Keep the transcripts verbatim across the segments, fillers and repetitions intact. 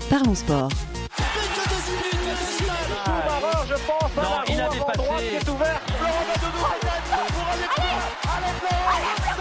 Parlons Sport. Je pense à non, la il roue a dépassé. droite qui est ouverte. Florent Madoudou. Allez, allez, Florent.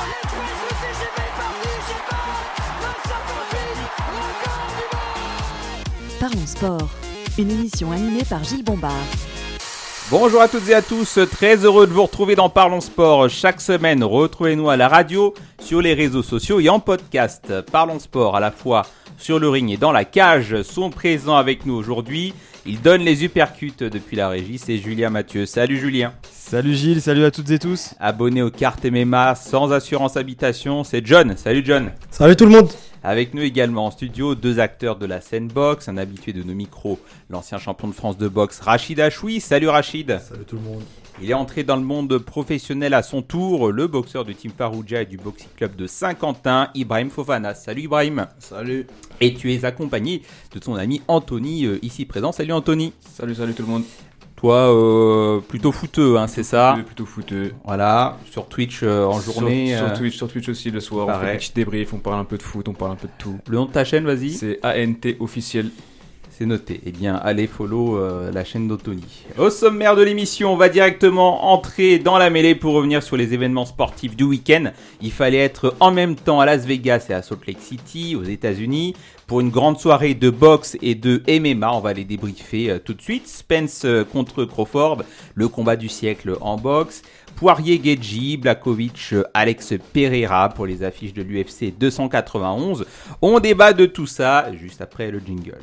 Parlons Sport, une émission animée par Gilles Bombard. Bonjour à toutes et à tous, très heureux de vous retrouver dans Parlons Sport chaque semaine. Retrouvez-nous à la radio, sur les réseaux sociaux et en podcast. Parlons Sport à la fois sur le ring et dans la cage sont présents avec nous aujourd'hui. Ils donnent les uppercuts depuis la régie, c'est Julien Mathieu. Salut Julien. Salut Gilles, salut à toutes et tous. Abonné aux cartes M M A sans assurance habitation, c'est John. Salut John. Salut tout le monde. Avec nous également en studio, deux acteurs de la scène boxe, un habitué de nos micros, l'ancien champion de France de boxe Rachid Achoui. Salut Rachid. Salut tout le monde. Il est entré dans le monde professionnel à son tour, le boxeur du Team Farouja et du Boxing Club de Saint-Quentin, Ibrahim Fofana. Salut Ibrahim. Salut. Et tu es accompagné de ton ami Anthony, euh, ici présent. Salut Anthony. Salut, salut tout le monde. Toi, euh, plutôt footeux, hein, c'est ça? Plutôt, plutôt footeux. Voilà, sur Twitch euh, en Sur, journée. sur, euh, Twitch, sur Twitch aussi le soir, pareil. on fait des petits débriefs, on parle un peu de foot, on parle un peu de tout. Le nom de ta chaîne, vas-y. C'est A N T officiel. C'est noté. Eh bien, allez follow euh, la chaîne d'Anthony. Au sommaire de l'émission, on va directement entrer dans la mêlée pour revenir sur les événements sportifs du week-end. Il fallait être en même temps à Las Vegas et à Salt Lake City, aux États-Unis, pour une grande soirée de boxe et de M M A. On va les débriefer euh, tout de suite. Spence euh, contre Crawford, le combat du siècle en boxe. Poirier-Gedji, Blachowicz, Alex Pereira pour les affiches de l'U F C deux cent quatre-vingt-onze. On débat de tout ça juste après le jingle.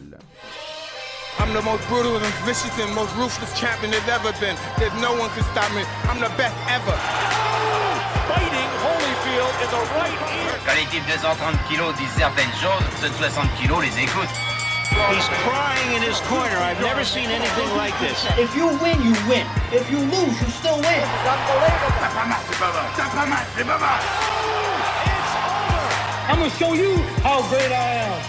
I'm the most brutal and vicious and most ruthless champion there's ever been. There's no one can stop me. I'm the best ever. Fighting Holyfield in the right ear. Quand les types de cent trente kilos disent certaines choses, ceux de soixante kilos les écoutent. He's crying in his corner. I've never seen anything like this. If you win, you win. If you lose, you still win. T'as pas mal, c'est pas mal. T'as pas mal, c'est pas mal. It's over. I'm gonna show you how great I am.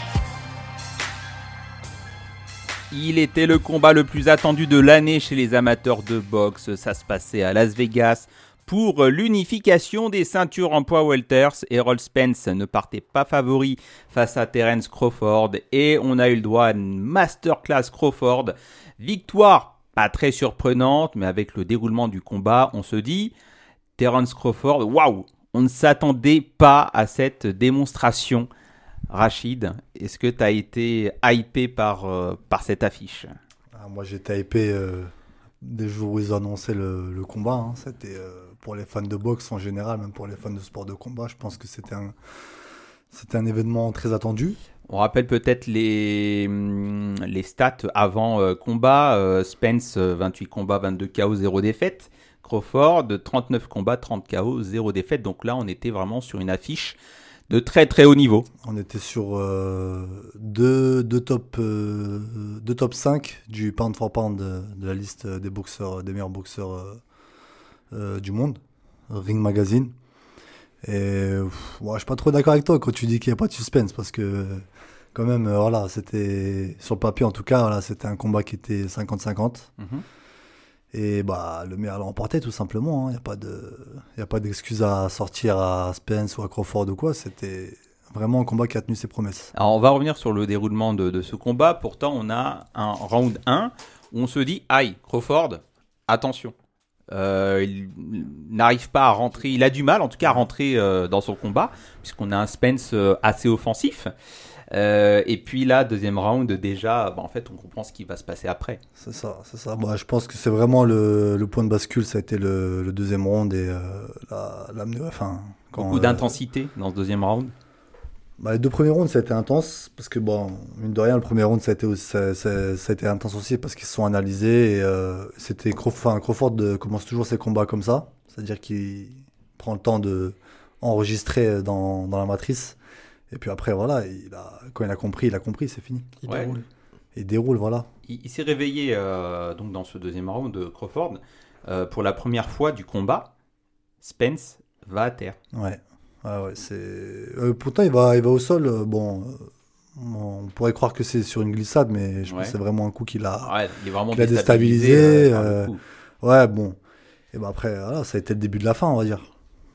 Il était le combat le plus attendu de l'année chez les amateurs de boxe. Ça se passait à Las Vegas pour l'unification des ceintures en poids welters. Errol Spence ne partait pas favori face à Terence Crawford et on a eu le droit à une masterclass Crawford. Victoire pas très surprenante, mais avec le déroulement du combat, on se dit Terence Crawford, waouh, on ne s'attendait pas à cette démonstration. Rachid, est-ce que tu as été hypé par, euh, par cette affiche? Ah, moi j'ai été hypé euh, des jours où ils ont annoncé le, le combat. Hein. C'était euh, pour les fans de boxe en général, même pour les fans de sport de combat. Je pense que c'était un, c'était un événement très attendu. On rappelle peut-être les, les stats avant euh, combat. Euh, Spence, vingt-huit combats, vingt-deux K O, zéro défaite. Crawford, trente-neuf combats, trente K O, zéro défaite. Donc là, on était vraiment sur une affiche de très très haut niveau. On était sur euh, deux, deux, top, euh, deux top cinq du pound for pound de, de la liste des boxeurs, des meilleurs boxeurs euh, euh, du monde, Ring Magazine. Et pff, ouais, je suis pas trop d'accord avec toi quand tu dis qu'il n'y a pas de suspense parce que quand même, euh, voilà, c'était sur le papier en tout cas, voilà, c'était un combat qui était cinquante cinquante. Mm-hmm. Et bah, le meilleur l'a remporté tout simplement. Il hein. n'y a pas de, y a pas d'excuse à sortir à Spence ou à Crawford ou quoi. C'était vraiment un combat qui a tenu ses promesses. Alors, on va revenir sur le déroulement de, de ce combat. Pourtant, on a un round un où on se dit « Aïe, Crawford, attention euh, ». Il n'arrive pas à rentrer, il a du mal en tout cas à rentrer euh, dans son combat, puisqu'on a un Spence euh, assez offensif. Euh, et puis là, deuxième round, déjà, bah, en fait, on comprend ce qui va se passer après. C'est ça, c'est ça. Bah, je pense que c'est vraiment le, le point de bascule, ça a été le, le deuxième round et euh, la, la, enfin, quand, beaucoup euh, d'intensité dans ce deuxième round. Bah, les deux premiers rounds, ça a été intense, parce que, bon, mine de rien, le premier round, ça a été, aussi, ça, ça, ça a été intense aussi, parce qu'ils se sont analysés, et euh, c'était, Crawford, Crawford de, commence toujours ses combats comme ça, c'est-à-dire qu'il prend le temps de enregistrer dans, dans la matrice, et puis après, voilà, il a, quand il a compris, il a compris, c'est fini. Il ouais. déroule. Il déroule, voilà. Il, il s'est réveillé euh, donc dans ce deuxième round de Crawford. Euh, pour la première fois du combat, Spence va à terre. Ouais, ouais, ouais c'est... Euh, pourtant, il va, il va au sol. Euh, bon, euh, on pourrait croire que c'est sur une glissade, mais je ouais. pense que c'est vraiment un coup qu'il a, ouais, il est vraiment qu'il a déstabilisé. déstabilisé. Euh, euh, ouais, bon. Et ben après, voilà, ça a été le début de la fin, on va dire.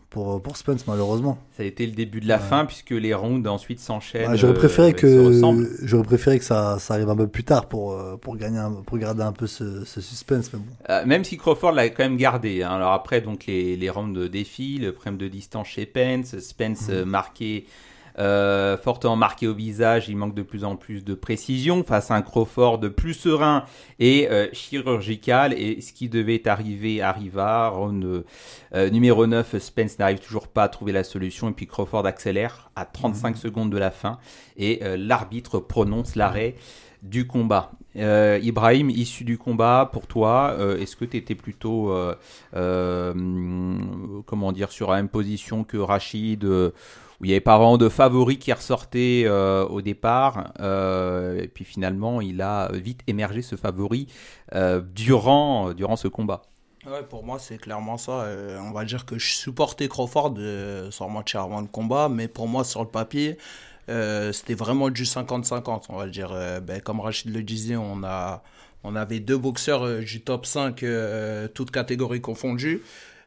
pour, pour Spence, malheureusement. Ça a été le début de la ouais. fin, puisque les rounds ensuite s'enchaînent. Ouais, j'aurais préféré, euh, que, j'aurais préféré que ça, ça arrive un peu plus tard pour, pour, gagner un, pour garder un peu ce, ce suspense. Mais bon. euh, même si Crawford l'a quand même gardé. Hein. Alors après, donc, les, les rounds défilent, le problème de distance chez Spence, Spence mmh. marqué... Euh, fortement marqué au visage, il manque de plus en plus de précision face à un Crawford plus serein et euh, chirurgical, et ce qui devait arriver arriva. Round euh, numéro neuf, Spence n'arrive toujours pas à trouver la solution, et puis Crawford accélère à trente-cinq mmh. secondes de la fin, et euh, l'arbitre prononce l'arrêt du combat. Euh, Ibrahim, issu du combat, pour toi, euh, est-ce que tu étais plutôt euh, euh, comment dire, sur la même position que Rachid, euh, où il n'y avait pas vraiment de favori qui ressortait euh, au départ, euh, et puis finalement il a vite émergé ce favori euh, durant, durant ce combat? Ouais, pour moi c'est clairement ça. Euh, on va dire que je supportais Crawford euh, sur match avant le combat, mais pour moi sur le papier euh, c'était vraiment du cinquante cinquante, on va dire. Euh, ben, comme Rachid le disait, on, a, on avait deux boxeurs euh, du top cinq, euh, toutes catégories confondues.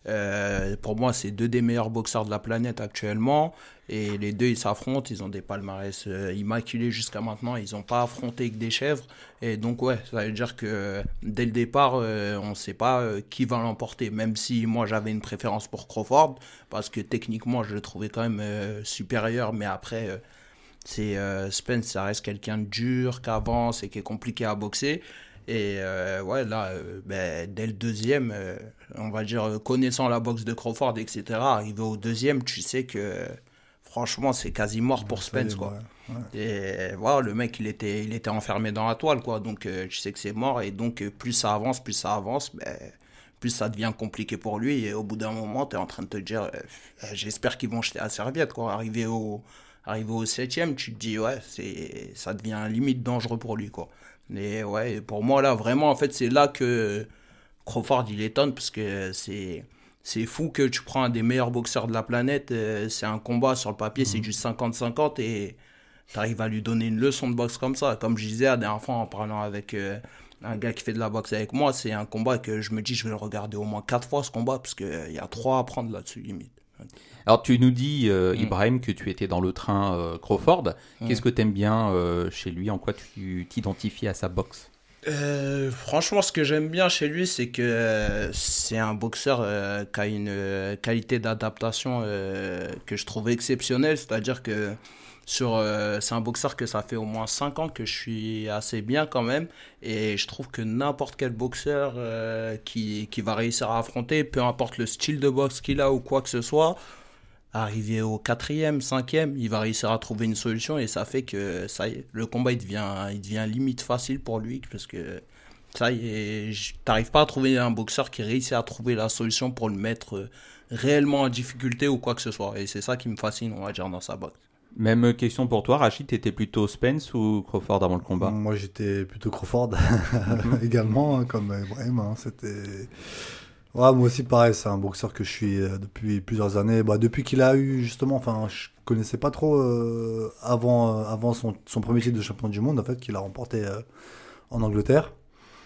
Euh, pour moi, c'est deux des meilleurs boxeurs de la planète actuellement, et les deux ils s'affrontent, ils ont des palmarès euh, immaculés jusqu'à maintenant, ils n'ont pas affronté que des chèvres, et donc ouais, ça veut dire que euh, dès le départ euh, on ne sait pas euh, qui va l'emporter, même si moi j'avais une préférence pour Crawford parce que techniquement je le trouvais quand même euh, supérieur, mais après euh, c'est euh, Spence, ça reste quelqu'un de dur, qui avance et qui est compliqué à boxer. Et euh, ouais, là, euh, ben, dès le deuxième, euh, on va dire, connaissant la boxe de Crawford, et cetera, arrivé au deuxième, tu sais que franchement, c'est quasi mort pour Spence, quoi. Ouais, ouais. Et voilà, le mec, il était, il était enfermé dans la toile, quoi. Donc, euh, tu sais que c'est mort. Et donc, euh, plus ça avance, plus ça avance, ben, plus ça devient compliqué pour lui. Et au bout d'un moment, tu es en train de te dire, euh, j'espère qu'ils vont jeter la serviette, quoi. Arrivé au, arrivé au septième, tu te dis, ouais, c'est, ça devient limite dangereux pour lui, quoi. Et ouais, pour moi, là, vraiment, en fait, c'est là que Crawford, il étonne, parce que c'est, c'est fou que tu prends un des meilleurs boxeurs de la planète, euh, c'est un combat, sur le papier, mmh. c'est du cinquante cinquante, et tu arrives à lui donner une leçon de boxe comme ça. Comme je disais la dernière fois en parlant avec euh, un gars qui fait de la boxe avec moi, c'est un combat que je me dis, je vais le regarder au moins quatre fois, ce combat, parce qu'il euh, y a trois à prendre là-dessus, limite. Alors, tu nous dis, euh, Ibrahim, que tu étais dans le train euh, Crawford. Mmh. Qu'est-ce que tu aimes bien euh, chez lui? En quoi tu t'identifies à sa boxe? euh, Franchement, ce que j'aime bien chez lui, c'est que euh, c'est un boxeur euh, qui a une euh, qualité d'adaptation euh, que je trouve exceptionnelle. C'est-à-dire que sur, euh, c'est un boxeur que ça fait au moins cinq ans que je suis assez bien quand même. Et je trouve que n'importe quel boxeur euh, qui, qui va réussir à affronter, peu importe le style de boxe qu'il a ou quoi que ce soit, arrivé au quatrième, cinquième, il va réussir à trouver une solution, et ça fait que ça y est, le combat il devient, il devient limite facile pour lui, parce que ça y est, t'arrives pas à trouver un boxeur qui réussit à trouver la solution pour le mettre réellement en difficulté ou quoi que ce soit, et c'est ça qui me fascine, on va dire, dans sa boxe. Même question pour toi, Rachid, t'étais plutôt Spence ou Crawford avant le combat? Moi j'étais plutôt Crawford également, hein, comme Ibrahim, hein, c'était... Ouais, moi aussi pareil, c'est un boxeur que je suis euh, depuis plusieurs années. Bah, depuis qu'il a eu justement, enfin, je connaissais pas trop euh, avant, euh, avant son, son premier titre de champion du monde, en fait, qu'il a remporté euh, en Angleterre.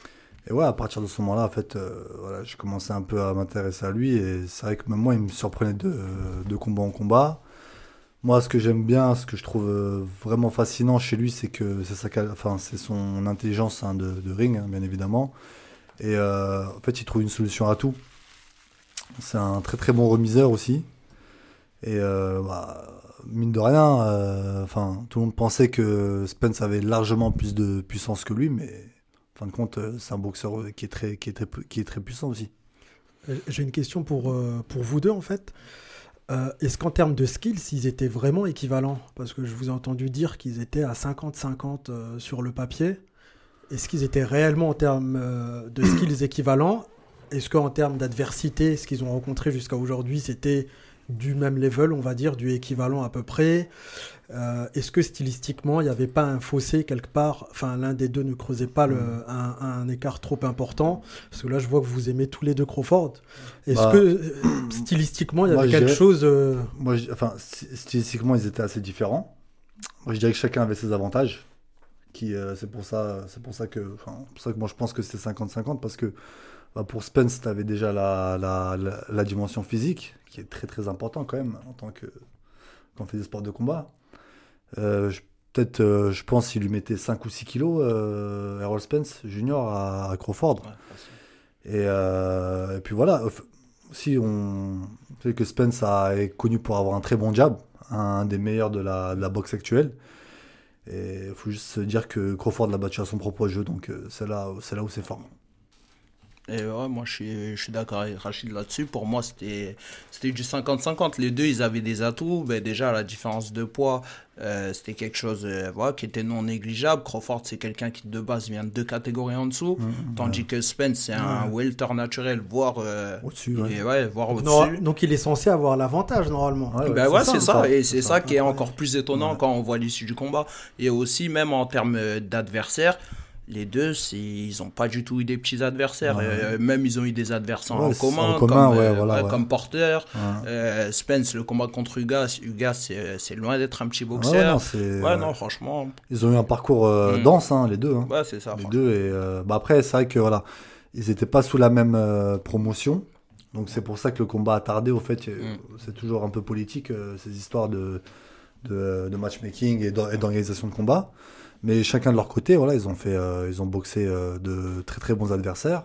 Et ouais, à partir de ce moment-là, en fait, euh, voilà, j'ai commencé un peu à m'intéresser à lui, et c'est vrai que même moi, il me surprenait de, de combat en combat. Moi, ce que j'aime bien, ce que je trouve euh, vraiment fascinant chez lui, c'est que c'est sa, enfin, c'est son intelligence, hein, de, de ring, hein, bien évidemment. Et euh, en fait, il trouve une solution à tout. C'est un très très bon remiseur aussi. Et euh, bah, mine de rien, euh, tout le monde pensait que Spence avait largement plus de puissance que lui, mais en fin de compte, c'est un boxeur qui est très, qui est très, qui est très puissant aussi. J'ai une question pour, euh, pour vous deux, en fait. Euh, est-ce qu'en termes de skills, ils étaient vraiment équivalents? Parce que je vous ai entendu dire qu'ils étaient à cinquante cinquante euh, sur le papier. Est-ce qu'ils étaient réellement en termes euh, de skills équivalents? Est-ce qu'en termes d'adversité, ce qu'ils ont rencontré jusqu'à aujourd'hui, c'était du même level, on va dire, du équivalent à peu près? euh, Est-ce que stylistiquement, il n'y avait pas un fossé quelque part? Enfin, l'un des deux ne creusait pas le, un, un écart trop important? Parce que là, je vois que vous aimez tous les deux Crawford. Est-ce bah, que euh, stylistiquement, il y avait quelque chose euh... Moi, enfin, stylistiquement, ils étaient assez différents. Moi, je dirais que chacun avait ses avantages. Qui, euh, c'est pour ça, c'est pour ça que, enfin, pour ça que moi je pense que c'était cinquante cinquante, parce que bah, pour Spence, tu avais déjà la, la, la, la dimension physique, qui est très très important quand même, en tant que quand on fait des sports de combat. Euh, je, peut-être, euh, je pense qu'il lui mettait cinq ou six kilos, euh, Errol Spence Junior à, à Crawford. Ouais, et, euh, et puis voilà, si on sait que Spence a, est connu pour avoir un très bon jab, un des meilleurs de la, de la boxe actuelle. Et il faut juste se dire que Crawford l'a battu à son propre jeu, donc euh, c'est, là, c'est là où c'est fort. Et ouais, moi je suis, je suis d'accord avec Rachid là-dessus. Pour moi, c'était, c'était du cinquante cinquante. Les deux, ils avaient des atouts. Ben, déjà, la différence de poids, euh, c'était quelque chose euh, voilà, qui était non négligeable. Crawford, c'est quelqu'un qui de base vient de deux catégories en dessous. Mmh, tandis ouais. que Spence, c'est un ouais. welter naturel, voire euh, au-dessus. Ouais. Et, ouais, voire au-dessus. Non, donc il est censé avoir l'avantage normalement. Ouais, ouais, ben, c'est, ouais, ça, c'est ça. ça. Et c'est, c'est ça, ça qui est encore plus étonnant ouais. quand on voit l'issue du combat. Et aussi, même en termes d'adversaires. Les deux, c'est, ils n'ont pas du tout eu des petits adversaires. Ouais. Euh, même, ils ont eu des adversaires ouais, en commun, en commun comme, ouais, euh, voilà, ouais. comme Porter. Ouais. Euh, Spence, le combat contre Ugas, Ugas c'est, c'est loin d'être un petit boxeur. Ouais, non, c'est, ouais, non, franchement. Ils ont eu un parcours euh, mm. dense, hein, les deux. Hein. Ouais, c'est ça. Les deux. Et, euh, bah après, c'est vrai que voilà, ils n'étaient pas sous la même euh, promotion. Donc, c'est pour ça que le combat a tardé. Au fait, mm. c'est toujours un peu politique, euh, ces histoires de, de, de matchmaking et d'organisation de combat. Mais chacun de leur côté, voilà, ils ont fait, euh, ils ont boxé euh, de très très bons adversaires.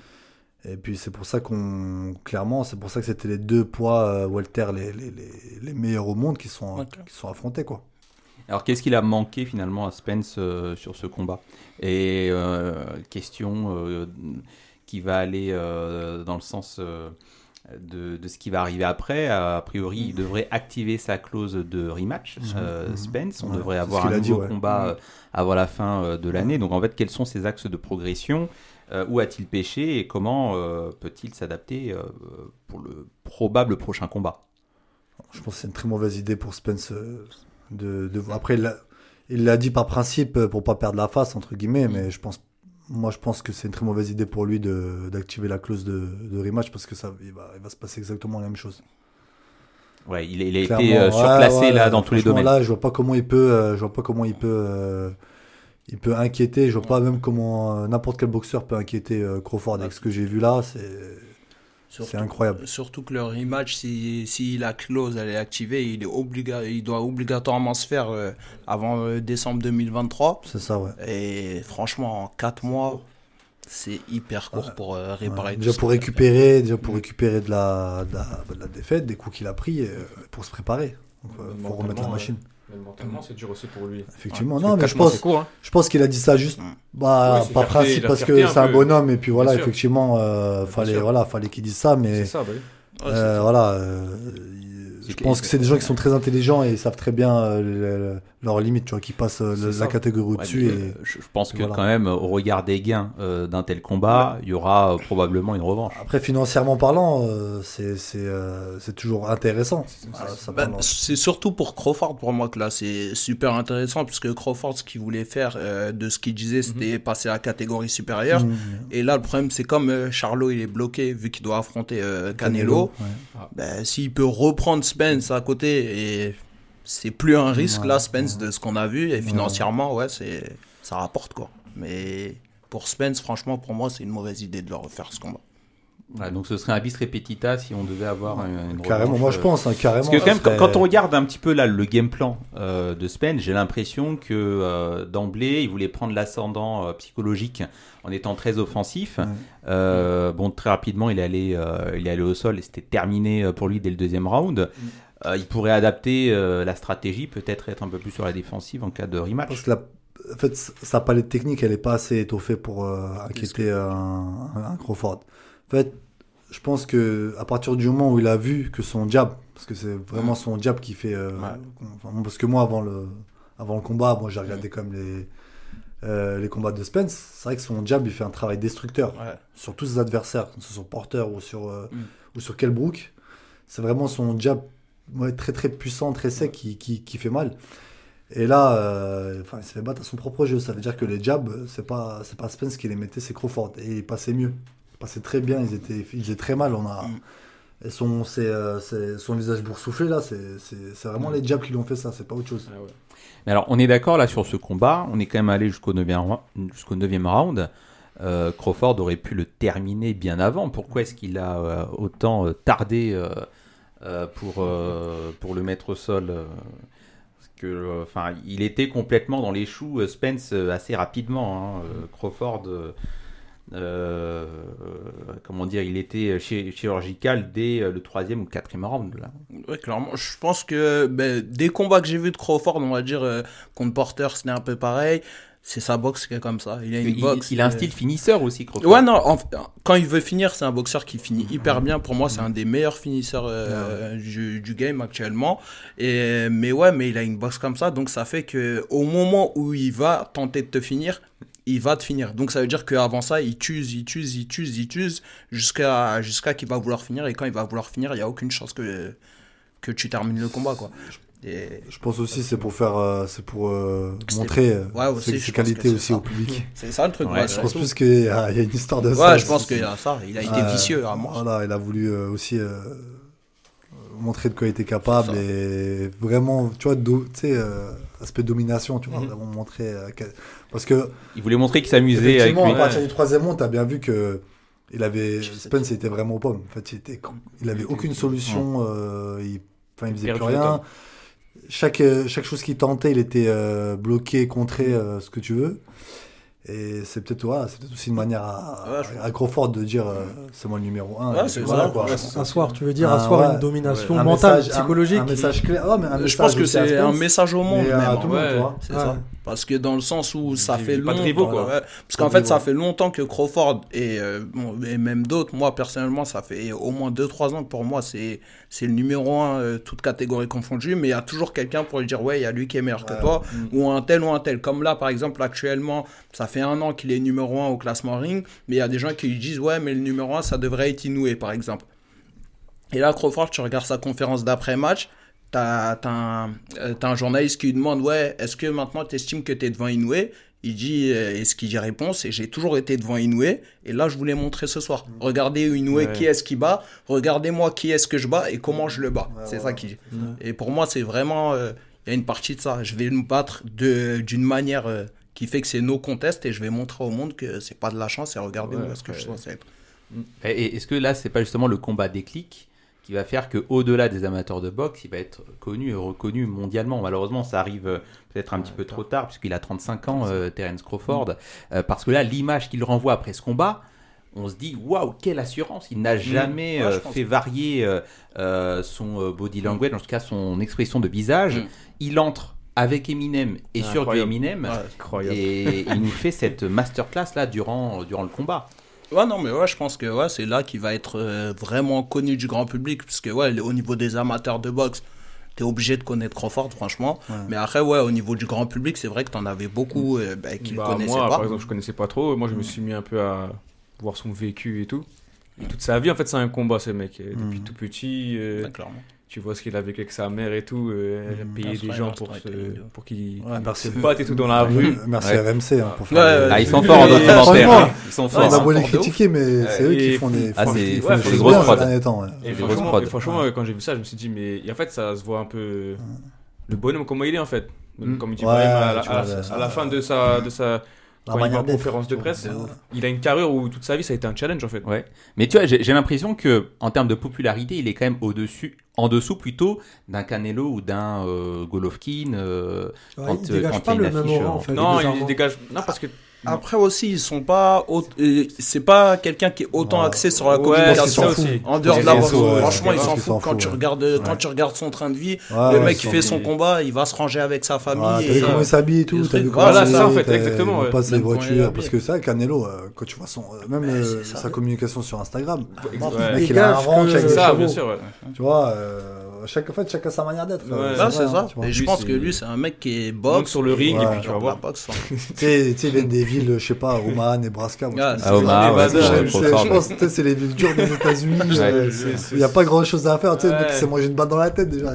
Et puis c'est pour ça qu'on, clairement, c'est pour ça que c'était les deux poids euh, welter les, les, les, les meilleurs au monde qui sont, okay. qui sont affrontés, quoi. Alors qu'est-ce qu'il a manqué finalement à Spence euh, sur ce combat ? Et euh, question euh, qui va aller euh, dans le sens euh, de, de ce qui va arriver après. A priori, il devrait activer sa clause de rematch, euh, Spence. On ouais, devrait avoir un nouveau dit, ouais. combat euh, avant la fin euh, de l'année. Donc en fait, quels sont ses axes de progression ? euh, Où a-t-il péché et comment euh, peut-il s'adapter euh, pour le probable prochain combat ? Je pense que c'est une très mauvaise idée pour Spence. Euh, de, de... Après, il l'a, il l'a dit par principe pour pas perdre la face, entre guillemets, mmh. mais je pense Moi, je pense que c'est une très mauvaise idée pour lui de, d'activer la clause de, de rematch parce que ça, il va, il va se passer exactement la même chose. Ouais, il, il a Clairement, été euh, surclassé ouais, ouais, là dans tous les domaines. Là, je vois pas comment il peut, euh, je vois pas comment il peut, euh, il peut inquiéter. Je vois pas même comment euh, n'importe quel boxeur peut inquiéter euh, Crawford. Ouais. Avec ce que j'ai vu là, c'est, surtout, c'est incroyable. Surtout que le rematch, si, si la clause elle est activée, il est obliga, il doit obligatoirement se faire euh, avant euh, décembre deux mille vingt-trois. C'est ça, ouais. Et franchement, en quatre mois, c'est hyper court ouais. pour euh, réparer. Ouais. Déjà pour récupérer, déjà pour récupérer de la, de la, de la défaite, des coups qu'il a pris, euh, pour se préparer. Donc, il faut remettre la machine. Ouais. Même mentalement, c'est dur aussi pour lui. Effectivement, ouais, non, mais je pense, court, hein. je pense qu'il a dit ça juste, bah, ouais, pas principe parce que c'est un, un bonhomme et puis voilà, bien effectivement, euh, fallait, sûr. voilà, fallait qu'il dise ça, mais c'est ça, bah oui. ouais, euh, voilà. Euh, je pense que c'est des gens qui sont très intelligents et ils savent très bien euh, leurs limites, tu vois, qui passent euh, la catégorie au-dessus. Ouais, et, je pense que voilà. quand même, au regard des gains euh, d'un tel combat, ouais. il y aura euh, probablement une revanche. Après, financièrement parlant, euh, c'est, c'est, euh, c'est toujours intéressant. C'est, ah, ça bah, c'est surtout pour Crawford, pour moi, que là, c'est super intéressant, puisque Crawford, ce qu'il voulait faire, euh, de ce qu'il disait, c'était mm-hmm. passer à la catégorie supérieure. Mm-hmm. Et là, le problème, c'est comme euh, Charlo, il est bloqué, vu qu'il doit affronter euh, Canelo, Canelo ouais. ah. bah, s'il peut reprendre Spence à côté et c'est plus un risque ouais, là Spence ouais. de ce qu'on a vu et financièrement ouais c'est ça rapporte quoi, mais pour Spence franchement pour moi c'est une mauvaise idée de leur refaire ce combat. Ouais, donc ce serait un bis repetita si on devait avoir une, une carrément revanche, moi je pense hein, carrément parce que quand, même, serait... quand on regarde un petit peu là le game plan euh, de Spence, j'ai l'impression que euh, d'emblée il voulait prendre l'ascendant euh, psychologique en étant très offensif. Ouais. Euh, bon, très rapidement il est allé euh, il est allé au sol et c'était terminé pour lui dès le deuxième round. Euh, il pourrait adapter euh, la stratégie, peut-être être un peu plus sur la défensive en cas de rematch. Parce que la, en fait, sa palette technique, elle n'est pas assez étoffée pour euh, inquiéter un, un, un Crawford. En fait, je pense que à partir du moment où il a vu que son jab, parce que c'est vraiment son jab qui fait, euh, ouais. enfin, parce que moi avant le, avant le combat, moi j'ai regardé comme les, euh, les combats de Spence. C'est vrai que son jab, il fait un travail destructeur ouais. sur tous ses adversaires, que ce soit Porter ou sur euh, mm. ou sur Kell Brook. C'est vraiment son jab. Ouais, très très puissant, très sec, qui, qui, qui fait mal. Et là, euh, il se fait battre à son propre jeu. Ça veut dire que les jabs, c'est pas, c'est pas Spence qui les mettait, c'est Crawford. Et il passait mieux. Il passait très bien, ils étaient, ils faisaient très mal. On a, mm. et son, c'est, euh, c'est, son visage boursouflé, là, c'est, c'est, c'est vraiment mm. les jabs qui l'ont fait ça, c'est pas autre chose. Ah ouais. Mais alors, on est d'accord là sur ce combat. On est quand même allé jusqu'au neuvième, jusqu'au neuvième round. euh, Crawford aurait pu le terminer bien avant. Pourquoi est-ce qu'il a euh, autant euh, tardé euh, euh, pour, euh, pour le mettre au sol euh, parce que, enfin, euh, il était complètement dans les choux, euh, Spence, euh, assez rapidement. Hein, euh, Crawford... Euh, Euh, comment dire, il était chi- chirurgical dès le troisième ou quatrième round là. Ouais, clairement. Je pense que ben, des combats que j'ai vus de Crawford, on va dire euh, contre Porter, c'était un peu pareil. C'est sa boxe qui est comme ça. Il a une il, boxe. Il a un euh... style finisseur aussi, Crawford. Ouais, non. En, quand il veut finir, c'est un boxeur qui finit hyper bien. Pour moi, c'est un des meilleurs finisseurs euh, ouais. du, du game actuellement. Et mais ouais, mais il a une boxe comme ça, donc ça fait que au moment où il va tenter de te finir, il va te finir. Donc ça veut dire qu'avant ça, il t'use, il t'use, il t'use, il t'use, jusqu'à, jusqu'à qu'il va vouloir finir. Et quand il va vouloir finir, il n'y a aucune chance que, que tu termines le combat, quoi. Et... Je pense aussi c'est pour faire, euh, c'est pour euh, montrer euh, ouais, aussi, ses, ses qualités aussi ça. Au public. C'est ça le truc. Ouais, ouais, je pense plus qu'il y a, il y a une histoire de ouais, ça. Ouais, je pense qu'il y a ça. Il a été euh, vicieux à moi. Voilà, il a voulu euh, aussi euh, montrer de quoi il était capable et vraiment, tu vois, do, tu sais, euh, aspect domination, tu vois, mm-hmm. vraiment montrer euh, que, parce que il voulait montrer qu'il s'amusait avec lui. À partir du troisième round, t'as bien vu que il avait Spence était vraiment aux pommes. En fait, il était, il avait aucune solution. Euh, il, enfin, il faisait plus rien. Chaque, chaque chose qu'il tentait, il était euh, bloqué, contré, euh, ce que tu veux. Et c'est peut-être, ouais, c'est peut-être aussi une manière à, ouais, à, à Crawford de dire euh, c'est moi le numéro un. Ouais, c'est voilà, ça. Quoi. Asseoir, tu veux dire, asseoir ah, ouais, une domination ouais. mentale, message, psychologique. Un, un message clair. Oh, mais un message je pense que c'est un message au monde, même. À tout le monde, ouais, tu vois. C'est ouais. ça. Parce que dans le sens où ça J'ai fait longtemps. Pas de rivaux, quoi. Ouais. Parce qu'en fait, ça fait longtemps que Crawford et, euh, bon, et même d'autres, moi personnellement, ça fait au moins deux trois ans que pour moi, c'est, c'est le numéro un, euh, toute catégorie confondue. Mais il y a toujours quelqu'un pour lui dire, ouais, il y a lui qui est meilleur ouais, que toi, ouais. ou un tel ou un tel. Comme là, par exemple, actuellement, ça fait un an qu'il est numéro un au classement ring, mais il y a des gens qui lui disent, ouais, mais le numéro un, ça devrait être Inoue, par exemple. Et là, Crawford, tu regardes sa conférence d'après-match. T'as, t'as, un, euh, t'as un journaliste qui lui demande ouais, est-ce que maintenant tu estimes que tu es devant Inoue? Il dit, euh, et ce qu'il dit réponse, c'est j'ai toujours été devant Inoue, et là je voulais montrer ce soir. Regardez Inoue, ouais. qui est-ce qui bat, regardez-moi qui est-ce que je bats et comment je le bats. Ouais, c'est ouais. ça qu'il dit. Ouais. Et pour moi, c'est vraiment, il euh, y a une partie de ça. Je vais me battre de, d'une manière euh, qui fait que c'est no contest, et je vais montrer au monde que c'est pas de la chance, et regardez ouais, où est-ce que ouais. je suis censé être. Et est-ce que là, c'est pas justement le combat déclic qui va faire qu'au-delà des amateurs de boxe, il va être connu et reconnu mondialement. Malheureusement, ça arrive peut-être un ouais, petit peu trop tard, puisqu'il a trente-cinq ans, euh, Terence Crawford. Mmh. Euh, parce que là, l'image qu'il renvoie après ce combat, on se dit, waouh, quelle assurance! Il n'a jamais mmh. ouais, euh, fait varier euh, euh, son body language, mmh. en tout cas son expression de visage. Mmh. Il entre avec Eminem et ah, sur incroyable. du Eminem, ouais, et il nous fait cette masterclass là durant, durant le combat. Ouais, non, mais ouais, je pense que ouais, c'est là qu'il va être euh, vraiment connu du grand public, parce que ouais, au niveau des amateurs de boxe, t'es obligé de connaître Crawford, franchement. Ouais. Mais après, ouais, au niveau du grand public, c'est vrai que t'en avais beaucoup euh, bah, qui bah, le connaissaient moi, pas. Par exemple, je connaissais pas trop. Moi, je me suis mis un peu à voir son vécu et tout. Et toute sa vie, en fait, c'est un combat, ce mec. Mmh. Depuis tout petit, euh, ouais, clairement. Tu vois ce qu'il a vécu avec sa mère et tout, euh, mmh. payer des gens pour, se, pour qu'ils ouais, se battent et tout dans la rue. Merci ouais. R M C hein, pour faire. Ouais, les... ah, ils sont forts en documentaire. Hein. Ils sont forts. On a beau les critiquer, mais c'est eux qui font des. Ah, c'est des grosses prods. Et franchement, quand j'ai vu ça, je me suis dit, mais en fait, ça se voit un peu le bonhomme, comment il est en fait. Comme il dit à la fin de sa. Quand il va en conférence de presse, euh, il a une carrière où toute sa vie ça a été un challenge en fait. Ouais. Mais tu vois, j'ai, j'ai l'impression que en termes de popularité, il est quand même au-dessus, en dessous plutôt d'un Canelo ou d'un euh, Golovkin. Euh, ouais, quand, il dégage quand pas il y a le une même affiche. aura, en fait, non, il dégage. Non, parce que. Après aussi, ils sont pas. Au... C'est pas quelqu'un qui est autant axé sur la communication ouais, aussi. En dehors de la boxe. Ouais, franchement, il s'en fout. Quand tu regardes, ouais. quand tu regardes son train de vie, ouais, le mec qui fait son combat, il va se ranger avec sa famille. Ah, t'as vu comment il s'habille et tout. T'as vu voilà, c'est ça en fait, exactement. Il passe ses voitures. Parce que ça, Canelo, quand tu vois son, même sa communication sur Instagram, il a un rang. C'est ça, bien sûr. Tu vois. Chaque, en fait, chacun sa manière d'être. Ouais, là, c'est ça. Et je pense que lui, c'est un mec qui est boxe. Sur le ring, et puis tu vas voir. Tu sais, il vient des villes, je sais pas, Omaha, Nebraska. Ah, Omaha, je pense que c'est les villes dures des États-Unis. Il n'y a pas grand chose à faire. Tu sais, le mec s'est mangé une balle dans la tête déjà.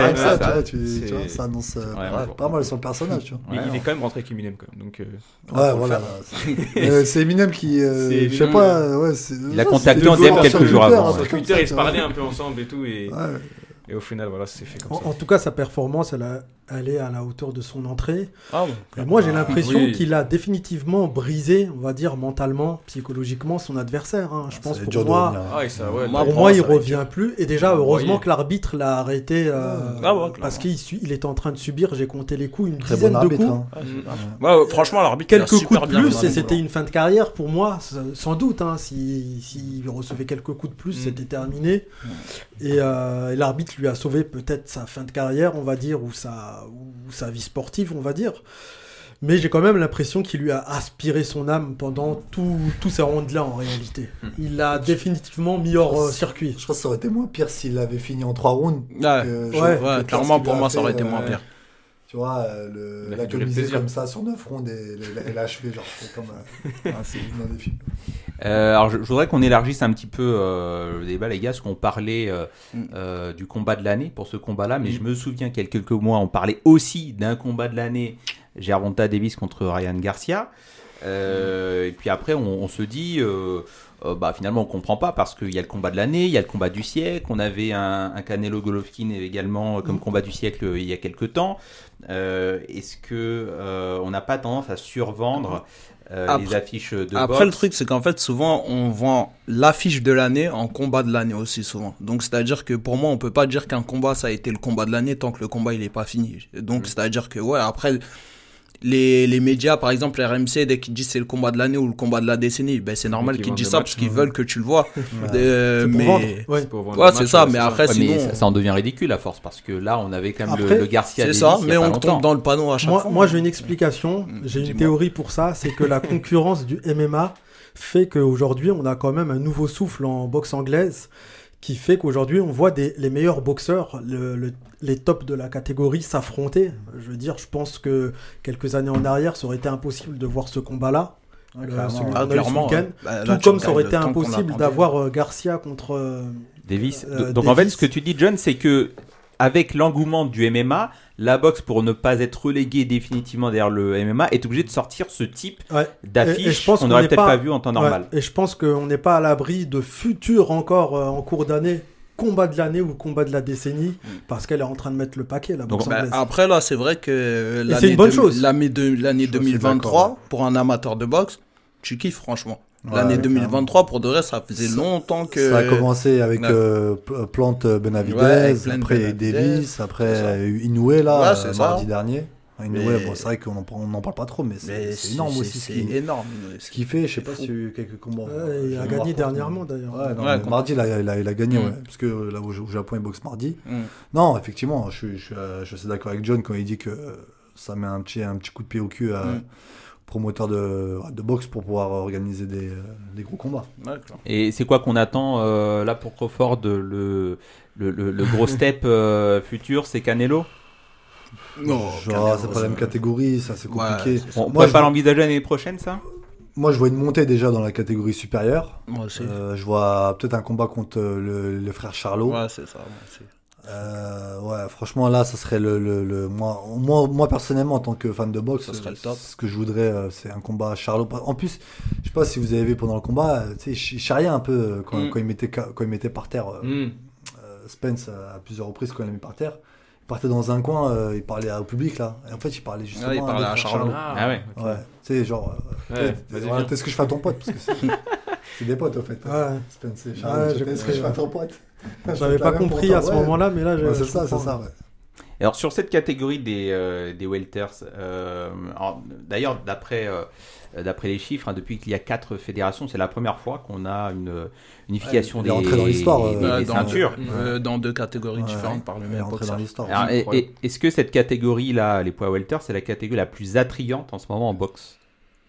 Ça annonce pas mal sur le personnage. Mais il est quand même rentré avec Eminem. Donc, ouais, voilà. C'est Eminem qui. Je sais pas. Il a contacté en D M quelques jours avant. Sur Twitter, ils se parlaient un peu ensemble et tout. Et au final, voilà, c'est fait comme en, ça. En tout cas, sa performance, elle a elle est à la hauteur de son entrée. Ah ouais. Et moi, j'ai l'impression oui. qu'il a définitivement brisé, on va dire, mentalement, psychologiquement, son adversaire. Hein. Je Ah, pense c'est pour dur de moi, revenir. Ah, et ça, ouais, pour là, moi, il ça va être revient plus. Et déjà, heureusement oui. que l'arbitre l'a arrêté euh, Ah ouais, parce qu'il su- il était en train de subir, j'ai compté les coups, une Très dizaine bon de arbitre. coups. Hein. Ouais, ouais, franchement, l'arbitre, il a Quelques coups super de bien plus, regardé, et c'était voilà. une fin de carrière pour moi, sans doute. Hein, S'il si, si recevait quelques coups de plus, Mm. c'était terminé. Et, euh, et l'arbitre lui a sauvé peut-être sa fin de carrière, on va dire, ou sa, ou sa vie sportive, on va dire. Mais j'ai quand même l'impression qu'il lui a aspiré son âme pendant tout- tous ces rounds-là, en réalité. Il l'a définitivement mis hors euh, circuit. Je pense que ça aurait été moins pire s'il avait fini en trois rounds. Ouais, que- ouais, que- ouais, que clairement, ce pour qu'il moi, a ça aurait fait, été moins euh, pire. Tu vois, euh, le, Il a fait durer le l'atomiser plaisir. comme ça sur neuf rounds et l'achever, genre, c'est comme euh, ah, c'est dans des films. Euh, alors, je, je voudrais qu'on élargisse un petit peu euh, le débat, les gars, parce qu'on parlait euh, Mm. euh, du combat de l'année pour ce combat-là, mais Mm. je me souviens qu'il y a quelques mois, on parlait aussi d'un combat de l'année, Gervonta Davis contre Ryan Garcia. Euh, et puis après, on, on se dit, euh, euh, bah, finalement, on comprend pas parce qu'il y a le combat de l'année, il y a le combat du siècle. On avait un, un Canelo Golovkin également comme combat du siècle euh, il y a quelques temps. Euh, est-ce que euh, on n'a pas tendance à survendre euh, Après- les affiches de Après, boxe? le truc, c'est qu'en fait, souvent, on vend l'affiche de l'année en combat de l'année aussi, souvent. Donc, c'est-à-dire que pour moi, on peut pas dire qu'un combat, ça a été le combat de l'année tant que le combat, il est pas fini. Donc, c'est-à-dire que, ouais, après, les, les médias, par exemple, R M C, dès qu'ils disent c'est le combat de l'année ou le combat de la décennie, ben, c'est normal qu'ils qu'ils vendent disent le ça match, parce qu'ils ouais. veulent que tu le vois. Euh, C'est pour mais... vendre. Ouais. C'est pour vendre Ouais, le c'est match, ça, ouais, mais c'est après, Ouais, sinon. mais ça, ça en devient ridicule à force parce que là on avait quand même Après, le, le Garcia C'est Davis ça, il y a mais pas on longtemps. tombe dans le panneau à chaque Moi, fois. moi j'ai une explication, Mm, j'ai une dis-moi. théorie pour ça, c'est que la concurrence du M M A fait qu'aujourd'hui on a quand même un nouveau souffle en boxe anglaise qui fait qu'aujourd'hui on voit des, les meilleurs boxeurs, le, le- les tops de la catégorie s'affronter. Je veux dire, je pense que quelques années en arrière ça aurait été impossible de voir ce combat-là. Ouais, le- clairement, celui ouais. qu'on a Ah, eu ce clairement, week-end. ouais. Bah, là, Tout tu comme ça regardes aurait le été temps qu'on impossible l'attendait. d'avoir euh, Garcia contre euh, Davis. Euh, Donc en fait Davis. ce que tu dis John c'est que avec l'engouement du M M A, la boxe pour ne pas être reléguée définitivement derrière le M M A est obligée de sortir ce type ouais. Et- et d'affiche je pense qu'on qu'on n'aurait n'est peut-être pas- pas vu en temps normal. Ouais, et je pense qu'on n'est pas à l'abri de futurs encore euh, en cours d'année combat de l'année ou combat de la décennie parce qu'elle est en train de mettre le paquet la boxe Donc, bah, anglaise. après, là, c'est vrai que c'est l'année une bonne deux- chose. l'année de- l'année Je suis deux mille vingt-trois, d'accord, ouais. pour un amateur de boxe, tu kiffes, franchement. Ouais, L'année ouais, deux mille vingt-trois, pour de vrai, ça faisait Ça- longtemps que. Ça a commencé avec Ouais. euh, P- Plante Benavidez, Ouais, avec Plante après Benavidez, Davis, après c'est ça. euh, Inoue là, Ouais, euh, c'est mardi ça. dernier. Inoue, Mais- bon, c'est vrai qu'on n'en parle pas trop, mais c'est Mais c'est énorme aussi. C'est ce qu'il- énorme. Ce qu'il fait, je sais pas s'il y a eu quelques combats. Ouais, euh, il je a vais gagné voir contre, dernièrement mais- d'ailleurs. Ouais, non, Ouais, mais contre- mardi, il a, il a- il a gagné, Mm. ouais, parce que là où, au Japon, il boxe mardi. Mm. Non, effectivement, je suis, je suis, euh, je suis assez d'accord avec John quand il dit que euh, ça met un petit, un petit coup de pied au cul à Mm. promoteur de, de boxe pour pouvoir organiser des, euh, des gros combats. Ouais, clair. Et c'est quoi qu'on attend euh, là pour Crawford le, le, le, le gros step euh, futur c'est Canelo. Non, Genre, Canelo, c'est pas la même catégorie, ça c'est Ouais, compliqué. c'est ça. On Moi, pourrait je pas vois- l'envisager l'année prochaine ça? Moi, je vois une montée déjà dans la catégorie supérieure. Moi aussi. Euh, je vois peut-être un combat contre euh, le, le frère Charlot. Ouais, c'est ça. Moi aussi. Euh, ouais, franchement, là, ça serait le. le, le- moi, moi, moi, personnellement, en tant que fan de boxe, Ça serait le top. ce que je voudrais, euh, c'est un combat Charlot. En plus, je sais pas si vous avez vu pendant le combat, euh, tu sais, il charriait un peu euh, quand, Mm. quand, il mettait, ca- quand il mettait par terre euh, Mm. euh, Spence euh, à plusieurs reprises quand il l'a mis par terre. Il partait dans un coin, euh, il parlait au public là. Et en fait, il parlait justement Ouais, il parlait des à frères Charlot. Ah ouais. ok. Ouais, tu sais, genre. euh, Ouais, ouais, vas-y, voilà, viens. qu'est-ce que je fais à ton pote parce que c'est, c'est des potes en fait. Ouais. Spence et Ouais, Charlot. j'ai Qu'est-ce que compris, je fais à ouais. ton pote? J'avais pas compris à ce moment-là, mais là, Ouais, je- c'est je ça, c'est comprends. ça, ouais. Et alors sur cette catégorie des, euh, des welters, euh, alors, d'ailleurs d'après euh, d'après les chiffres, hein, depuis qu'il y a quatre fédérations, c'est la première fois qu'on a une unification Ouais, il des, est rentré dans l'histoire, euh, des- Ouais, des dans, ceintures. euh, dans deux catégories Ouais, différentes par le Il est même rentré boxeur. dans l'histoire. Alors, et- incroyable. et- est-ce que cette catégorie-là, les poids welter, c'est la catégorie la plus attrayante en ce moment en boxe?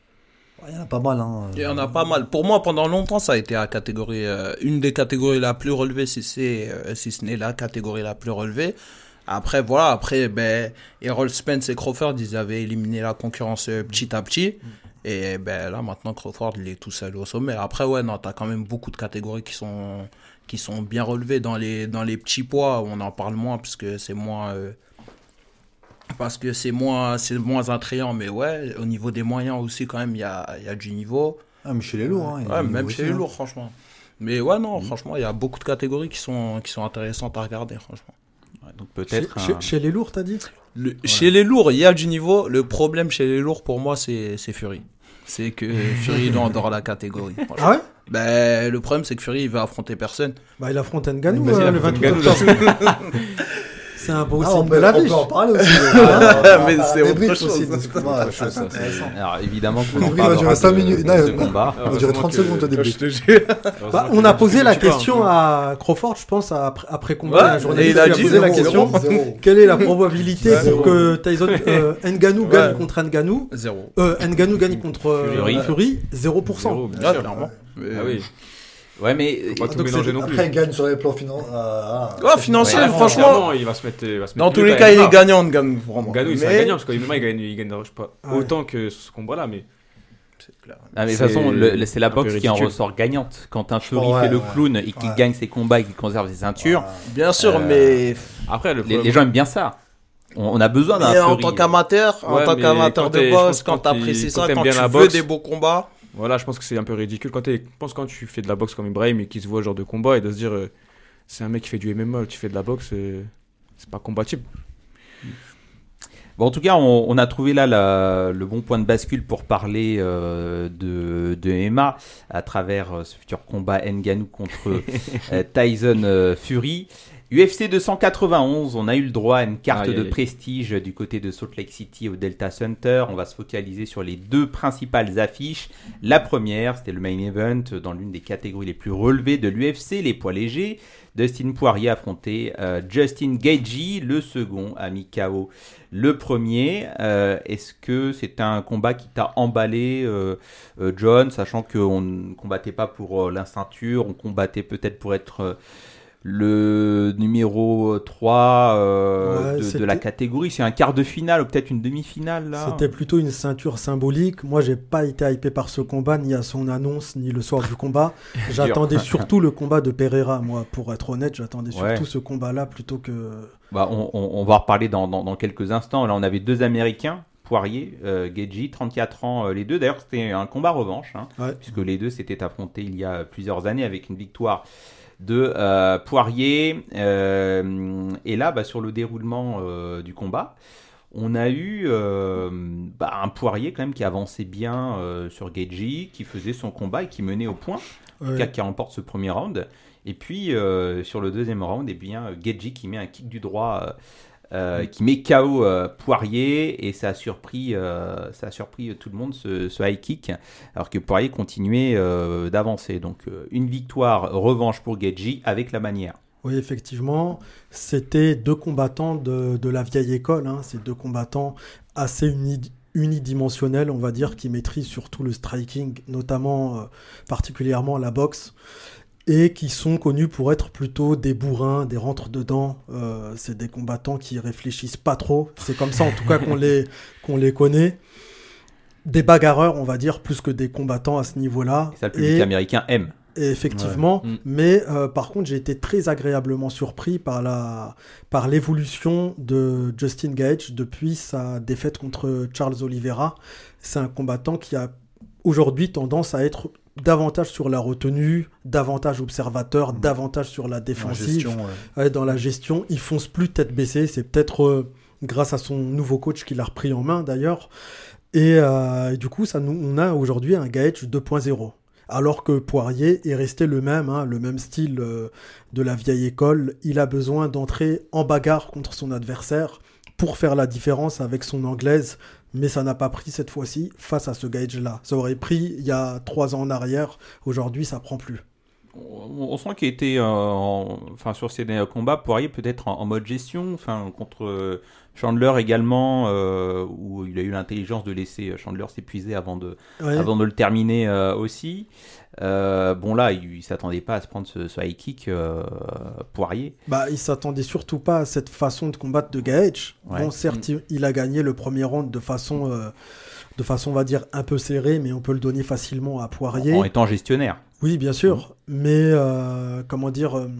Il y en a pas mal. Hein. Il y en a pas mal. Pour moi, pendant longtemps, ça a été la catégorie, euh, une des catégories la plus relevée, si c'est, euh, si ce n'est la catégorie la plus relevée. Après, voilà, après, ben, Errol Spence et Crawford, ils avaient éliminé la concurrence euh, petit à petit. Et ben là, maintenant, Crawford, il est tout seul au sommet. Après, ouais, non, t'as quand même beaucoup de catégories qui sont, qui sont bien relevées dans les, dans les petits poids, où on en parle moins, parce que c'est moins, euh, parce que c'est moins, c'est moins attrayant. Mais ouais, au niveau des moyens aussi, quand même, il y a, il y a du niveau. Ah, mais chez les lourds. Hein, il y a Ouais, du même niveau chez aussi, les hein. lourds, franchement. Mais ouais, non, franchement, il y a beaucoup de catégories qui sont, qui sont intéressantes à regarder, franchement. Ouais, donc Chez, peut-être chez- un- chez les lourds, t'as dit? Le, ouais. Chez les lourds, il y a du niveau. Le problème chez les lourds, pour moi, c'est, c'est Fury. C'est que Fury, il est en dehors de la catégorie. Ah ouais? Ben, le problème, c'est que Fury, il veut affronter personne. Bah, il affronte Ngannou euh, le vingt-huit octobre. C'est un beau ah, signe on, de peut, la on vie. peut en parler aussi. ah, mais c'est autre chose. Aussi, autre chose ça, c'est... Alors évidemment qu'on en parlera va durer cinq minutes. Non, ce combat. On va durer trente secondes au début. Bah, on a posé la question à Crawford, je pense, après, après combat. Ouais, un journaliste il a, a dit posé zéro, la question zéro. quelle est la probabilité ouais, pour que Tyson euh, Ngannou ouais. gagne contre Ngannou Zéro. Euh, Ngannou gagne contre euh, Fury. Fury, zéro pour cent. Zéro, bien Ah, sûr. clairement. Ah oui. Ouais, mais Faut pas tout donc mélanger non plus. Après, il gagne sur les plans financiers. Ah, ah, financier, Ouais, franchement. il va se mettre. Il va se mettre Dans tous mieux les quand cas, même. il est gagnant, Ngannou, vraiment. Ngannou, il Mais- sera gagnant parce qu'au M M A, il gagne, il gagne je sais pas, Ouais. autant que ce combat-là, mais. C'est clair. Ah, mais de C'est toute façon, le- le- c'est la un peu boxe qui en ridicule. ressort gagnante. Quand un Fury Ouais, fait le ouais. clown et qu'il Ouais. gagne ses combats et qu'il conserve ses ceintures, Bien sûr, Euh, mais. Après, le les, problème- les gens aiment bien ça. On, on a besoin d'un Mais en Fury. tant qu'amateur, en Ouais, tant mais qu'amateur quand de t'es- je boxe, pense quand quand t'es- t'apprécies quand ça, t'aimes quand bien tu la veux boxe- des beaux combats. Voilà, je pense que c'est un peu ridicule. Quand t'es- je pense que quand tu fais de la boxe comme Ibrahim et qu'il se voit ce genre de combat et de se dire euh, c'est un mec qui fait du M M A, tu fais de la boxe, euh, c'est pas compatible. Bon, en tout cas, on, on a trouvé là la- le bon point de bascule pour parler euh, de, de M M A à travers euh, ce futur combat Ngannou contre euh, Tyson euh, Fury. U F C deux cent quatre-vingt-onze, on a eu le droit à une carte Aïe, de aïe, aïe. prestige du côté de Salt Lake City au Delta Center. On va se focaliser sur les deux principales affiches. La première, c'était le main event dans l'une des catégories les plus relevées de l'U F C, les poids légers. Dustin Poirier affrontait euh, Justin Gaethje, le second a mis K O le premier. Euh, est-ce que c'est un combat qui t'a emballé, euh, euh, John, sachant qu'on ne combattait pas pour euh, la ceinture, on combattait peut-être pour être euh, le numéro trois euh, Ouais, de, c'était- de la catégorie. C'est un quart de finale ou peut-être une demi-finale là. C'était plutôt une ceinture symbolique. Moi, j'ai pas été hypé par ce combat, ni à son annonce, ni le soir du combat. J'attendais surtout le combat de Pereira, moi, pour être honnête. J'attendais Ouais. surtout ce combat-là plutôt que. Bah, on, on- on va en reparler dans, dans, dans quelques instants. Là, on avait deux Américains, Poirier, euh, Gaethje, trente-quatre ans euh, les deux. D'ailleurs, c'était un combat revanche, hein, Ouais. puisque les deux s'étaient affrontés il y a plusieurs années avec une victoire de euh, Poirier. Euh, et là, bah, sur le déroulement euh, du combat, on a eu euh, bah, un Poirier quand même qui avançait bien euh, sur Gaethje, qui faisait son combat et qui menait au point, en tout Ouais. cas qui remporte ce premier round. Et puis euh, sur le deuxième round, eh bien Gaethje qui met un kick du droit, euh, euh, qui met K O euh, Poirier, et ça a surpris, euh, ça a surpris tout le monde ce, ce high kick, alors que Poirier continuait euh, d'avancer. Donc euh, une victoire revanche pour Gaethje avec la manière. Oui, effectivement, c'était deux combattants de, de la vieille école. Hein. C'est deux combattants assez uni- unidimensionnels, on va dire, qui maîtrisent surtout le striking, notamment euh, particulièrement la boxe, et qui sont connus pour être plutôt des bourrins, des rentre-dedans. Euh, c'est des combattants qui réfléchissent pas trop. C'est comme ça, en tout cas, qu'on les, qu'on les connaît. Des bagarreurs, on va dire, plus que des combattants à ce niveau-là. Et ça, le public Et- américain aime. et effectivement, Ouais. Mm. mais euh, par contre, j'ai été très agréablement surpris par, la, par l'évolution de Justin Gaethje depuis sa défaite contre Charles Oliveira. C'est un combattant qui a aujourd'hui tendance à être davantage sur la retenue, davantage observateur, Mm. davantage sur la En défensive. gestion, ouais. Ouais, dans la gestion, il fonce plus tête baissée. C'est peut-être euh, grâce à son nouveau coach qu'il a repris en main d'ailleurs. Et, euh, et du coup, ça nous, on a aujourd'hui un Gaethje deux point zéro. Alors que Poirier est resté le même, hein, le même style euh, de la vieille école. Il a besoin d'entrer en bagarre contre son adversaire pour faire la différence avec son anglaise. Mais ça n'a pas pris cette fois-ci face à ce Gaethje-là. Ça aurait pris il y a trois ans en arrière. Aujourd'hui, ça prend plus. On, on sent qu'il était, euh, en- enfin sur ces derniers combats, Poirier peut-être en, en mode gestion, enfin contre euh, Chandler également, euh, où il a eu l'intelligence de laisser Chandler s'épuiser avant de, Ouais. avant de le terminer euh, aussi. Euh, bon là, il, il s'attendait pas à se prendre ce, ce high kick euh, Poirier. Bah, il s'attendait surtout pas à cette façon de combattre de Gaethje. Ouais. Bon, certes, il, il a gagné le premier round de façon, euh, de façon, on va dire, un peu serrée, mais on peut le donner facilement à Poirier. En étant gestionnaire. Oui, bien sûr, mais euh, comment dire, euh,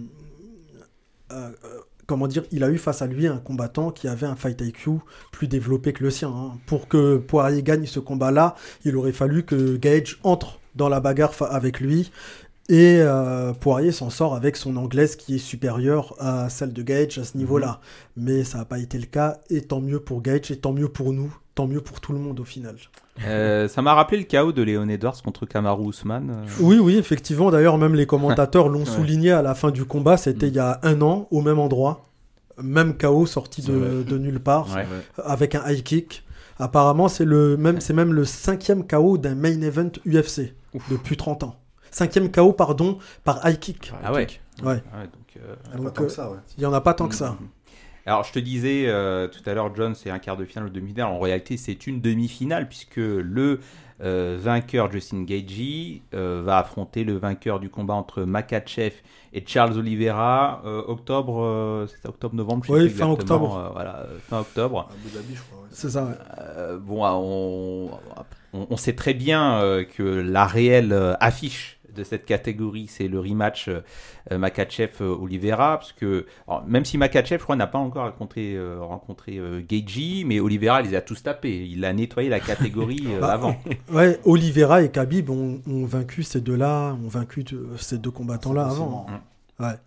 euh, comment dire, il a eu face à lui un combattant qui avait un fight I Q plus développé que le sien. Hein. Pour que Poirier gagne ce combat-là, il aurait fallu que Gaethje entre dans la bagarre fa- avec lui Et euh, Poirier s'en sort avec son anglaise qui est supérieure à celle de Gaethje à ce niveau-là. Mmh. Mais ça n'a pas été le cas, et tant mieux pour Gaethje, et tant mieux pour nous, tant mieux pour tout le monde au final. Euh, ça m'a rappelé le K O de Leon Edwards contre Kamaru Usman. Oui, oui, effectivement. D'ailleurs, même les commentateurs l'ont ouais. souligné à la fin du combat. C'était mmh. il y a un an, au même endroit. Même K O sorti de, de nulle part, ouais, ouais. avec un high kick. Apparemment, c'est, le même, c'est même le cinquième K O d'un main event U F C Ouf. depuis trente ans. Cinquième K O, pardon, par high kick. Ah ouais. Ouais. Ah ouais donc, euh... donc, donc euh, ça, ouais. il n'y en a pas tant mmh. que ça. Alors, je te disais euh, tout à l'heure, John, c'est un quart de finale ou demi-finale. En réalité, c'est une demi-finale puisque le euh, vainqueur, Justin Gaethje, euh, va affronter le vainqueur du combat entre Makhachev et Charles Oliveira euh, octobre, euh, c'est ça, octobre-novembre, je sais oui, plus fin octobre. Euh, voilà, fin octobre. Abu Dhabi, je crois. Ouais. C'est ça. Ouais. Euh, bon, on, on, on sait très bien euh, que la réelle euh, affiche de cette catégorie, c'est le rematch euh, Makhachev-Oliveira, parce que alors, même si Makhachev, je crois, n'a pas encore rencontré, euh, rencontré euh, Gaethje, mais Oliveira les a tous tapés. Il a nettoyé la catégorie euh, bah, avant. Ouais, Oliveira et Khabib ont, ont vaincu ces deux-là, ont vaincu de, ces deux combattants-là avant. Mmh. Ouais.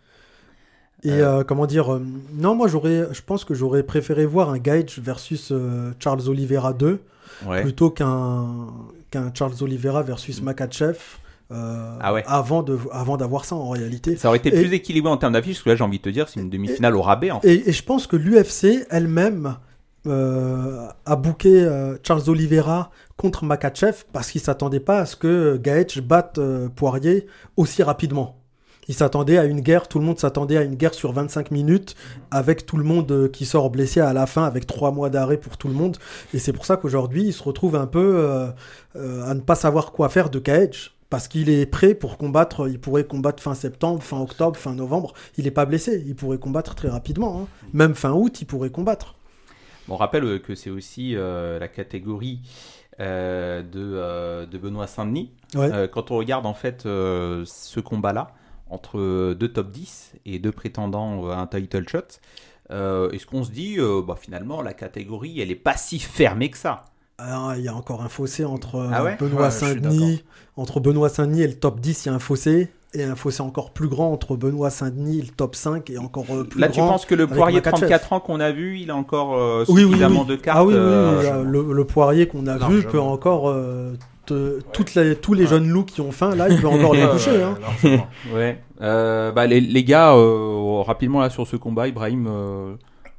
Et euh, euh, comment dire euh, non, moi j'aurais, je pense que j'aurais préféré voir un Gaethje versus euh, Charles Oliveira deux ouais. plutôt qu'un qu'un Charles Oliveira versus mmh. Makhachev. Euh, ah ouais. avant, de, avant d'avoir ça en réalité. Ça aurait été et, plus équilibré en termes d'affiche, parce que là j'ai envie de te dire c'est une demi-finale et, au rabais. En fait. et, et je pense que l'U F C elle-même euh, a booké euh, Charles Oliveira contre Makhachev parce qu'il ne s'attendait pas à ce que Gaethje batte euh, Poirier aussi rapidement. Il s'attendait à une guerre, tout le monde s'attendait à une guerre sur vingt-cinq minutes avec tout le monde euh, qui sort blessé à la fin avec trois mois d'arrêt pour tout le monde. Et c'est pour ça qu'aujourd'hui il se retrouve un peu euh, euh, à ne pas savoir quoi faire de Gaethje. Parce qu'il est prêt pour combattre, il pourrait combattre fin septembre, fin octobre, fin novembre. Il n'est pas blessé, il pourrait combattre très rapidement. Hein. Même fin août, il pourrait combattre. On rappelle que c'est aussi euh, la catégorie euh, de, euh, de Benoît Saint-Denis. Ouais. Euh, quand on regarde en fait euh, ce combat-là, entre deux top dix et deux prétendants à un title shot, euh, est-ce qu'on se dit, euh, bah, finalement, la catégorie, elle n'est pas si fermée que ça? Alors, il y a encore un fossé entre ah ouais Benoît ouais, Saint-Denis, entre Benoît Saint-Denis et le top dix, il y a un fossé, et un fossé encore plus grand entre Benoît Saint-Denis et le top cinq, et encore plus Là, grand. Là, tu penses que le Poirier trente-quatre ans qu'on a vu, il a encore euh, oui, suffisamment oui, oui. de cartes Ah oui, oui, euh, oui le, le Poirier qu'on a vu peut encore euh, te, ouais. toutes les, tous les ouais. jeunes loups qui ont faim, là, il peut encore les toucher. Ouais, hein. ouais. Euh, bah, les, les gars, euh, rapidement là sur ce combat, Ibrahim. Euh...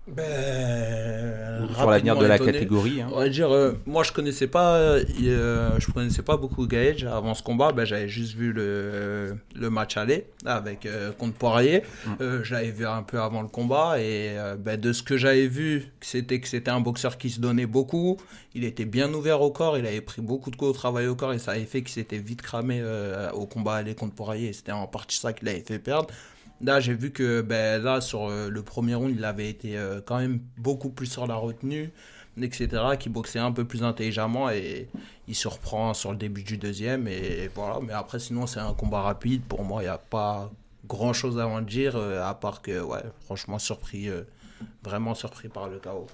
Ben, sur l'avenir de la étonné. catégorie. Hein. On va dire, euh, moi je connaissais pas, euh, je connaissais pas beaucoup Gaethje avant ce combat. Ben, j'avais juste vu le, le match aller avec euh, contre Poirier. Mm. Euh, je l'avais vu un peu avant le combat et euh, ben, de ce que j'avais vu, c'était que c'était un boxeur qui se donnait beaucoup. Il était bien ouvert au corps, il avait pris beaucoup de coups au travail au corps et ça avait fait qu'il s'était vite cramé euh, au combat aller contre Poirier. Et c'était en partie ça qui l'avait fait perdre. Là, j'ai vu que ben, là, sur euh, le premier round, il avait été euh, quand même beaucoup plus sur la retenue, et cetera, qui boxait un peu plus intelligemment et il se reprend sur le début du deuxième. Et, et voilà. Mais après, sinon, c'est un combat rapide. Pour moi, il n'y a pas grand-chose à en dire, euh, à part que, ouais, franchement, surpris, euh, vraiment surpris par le K O.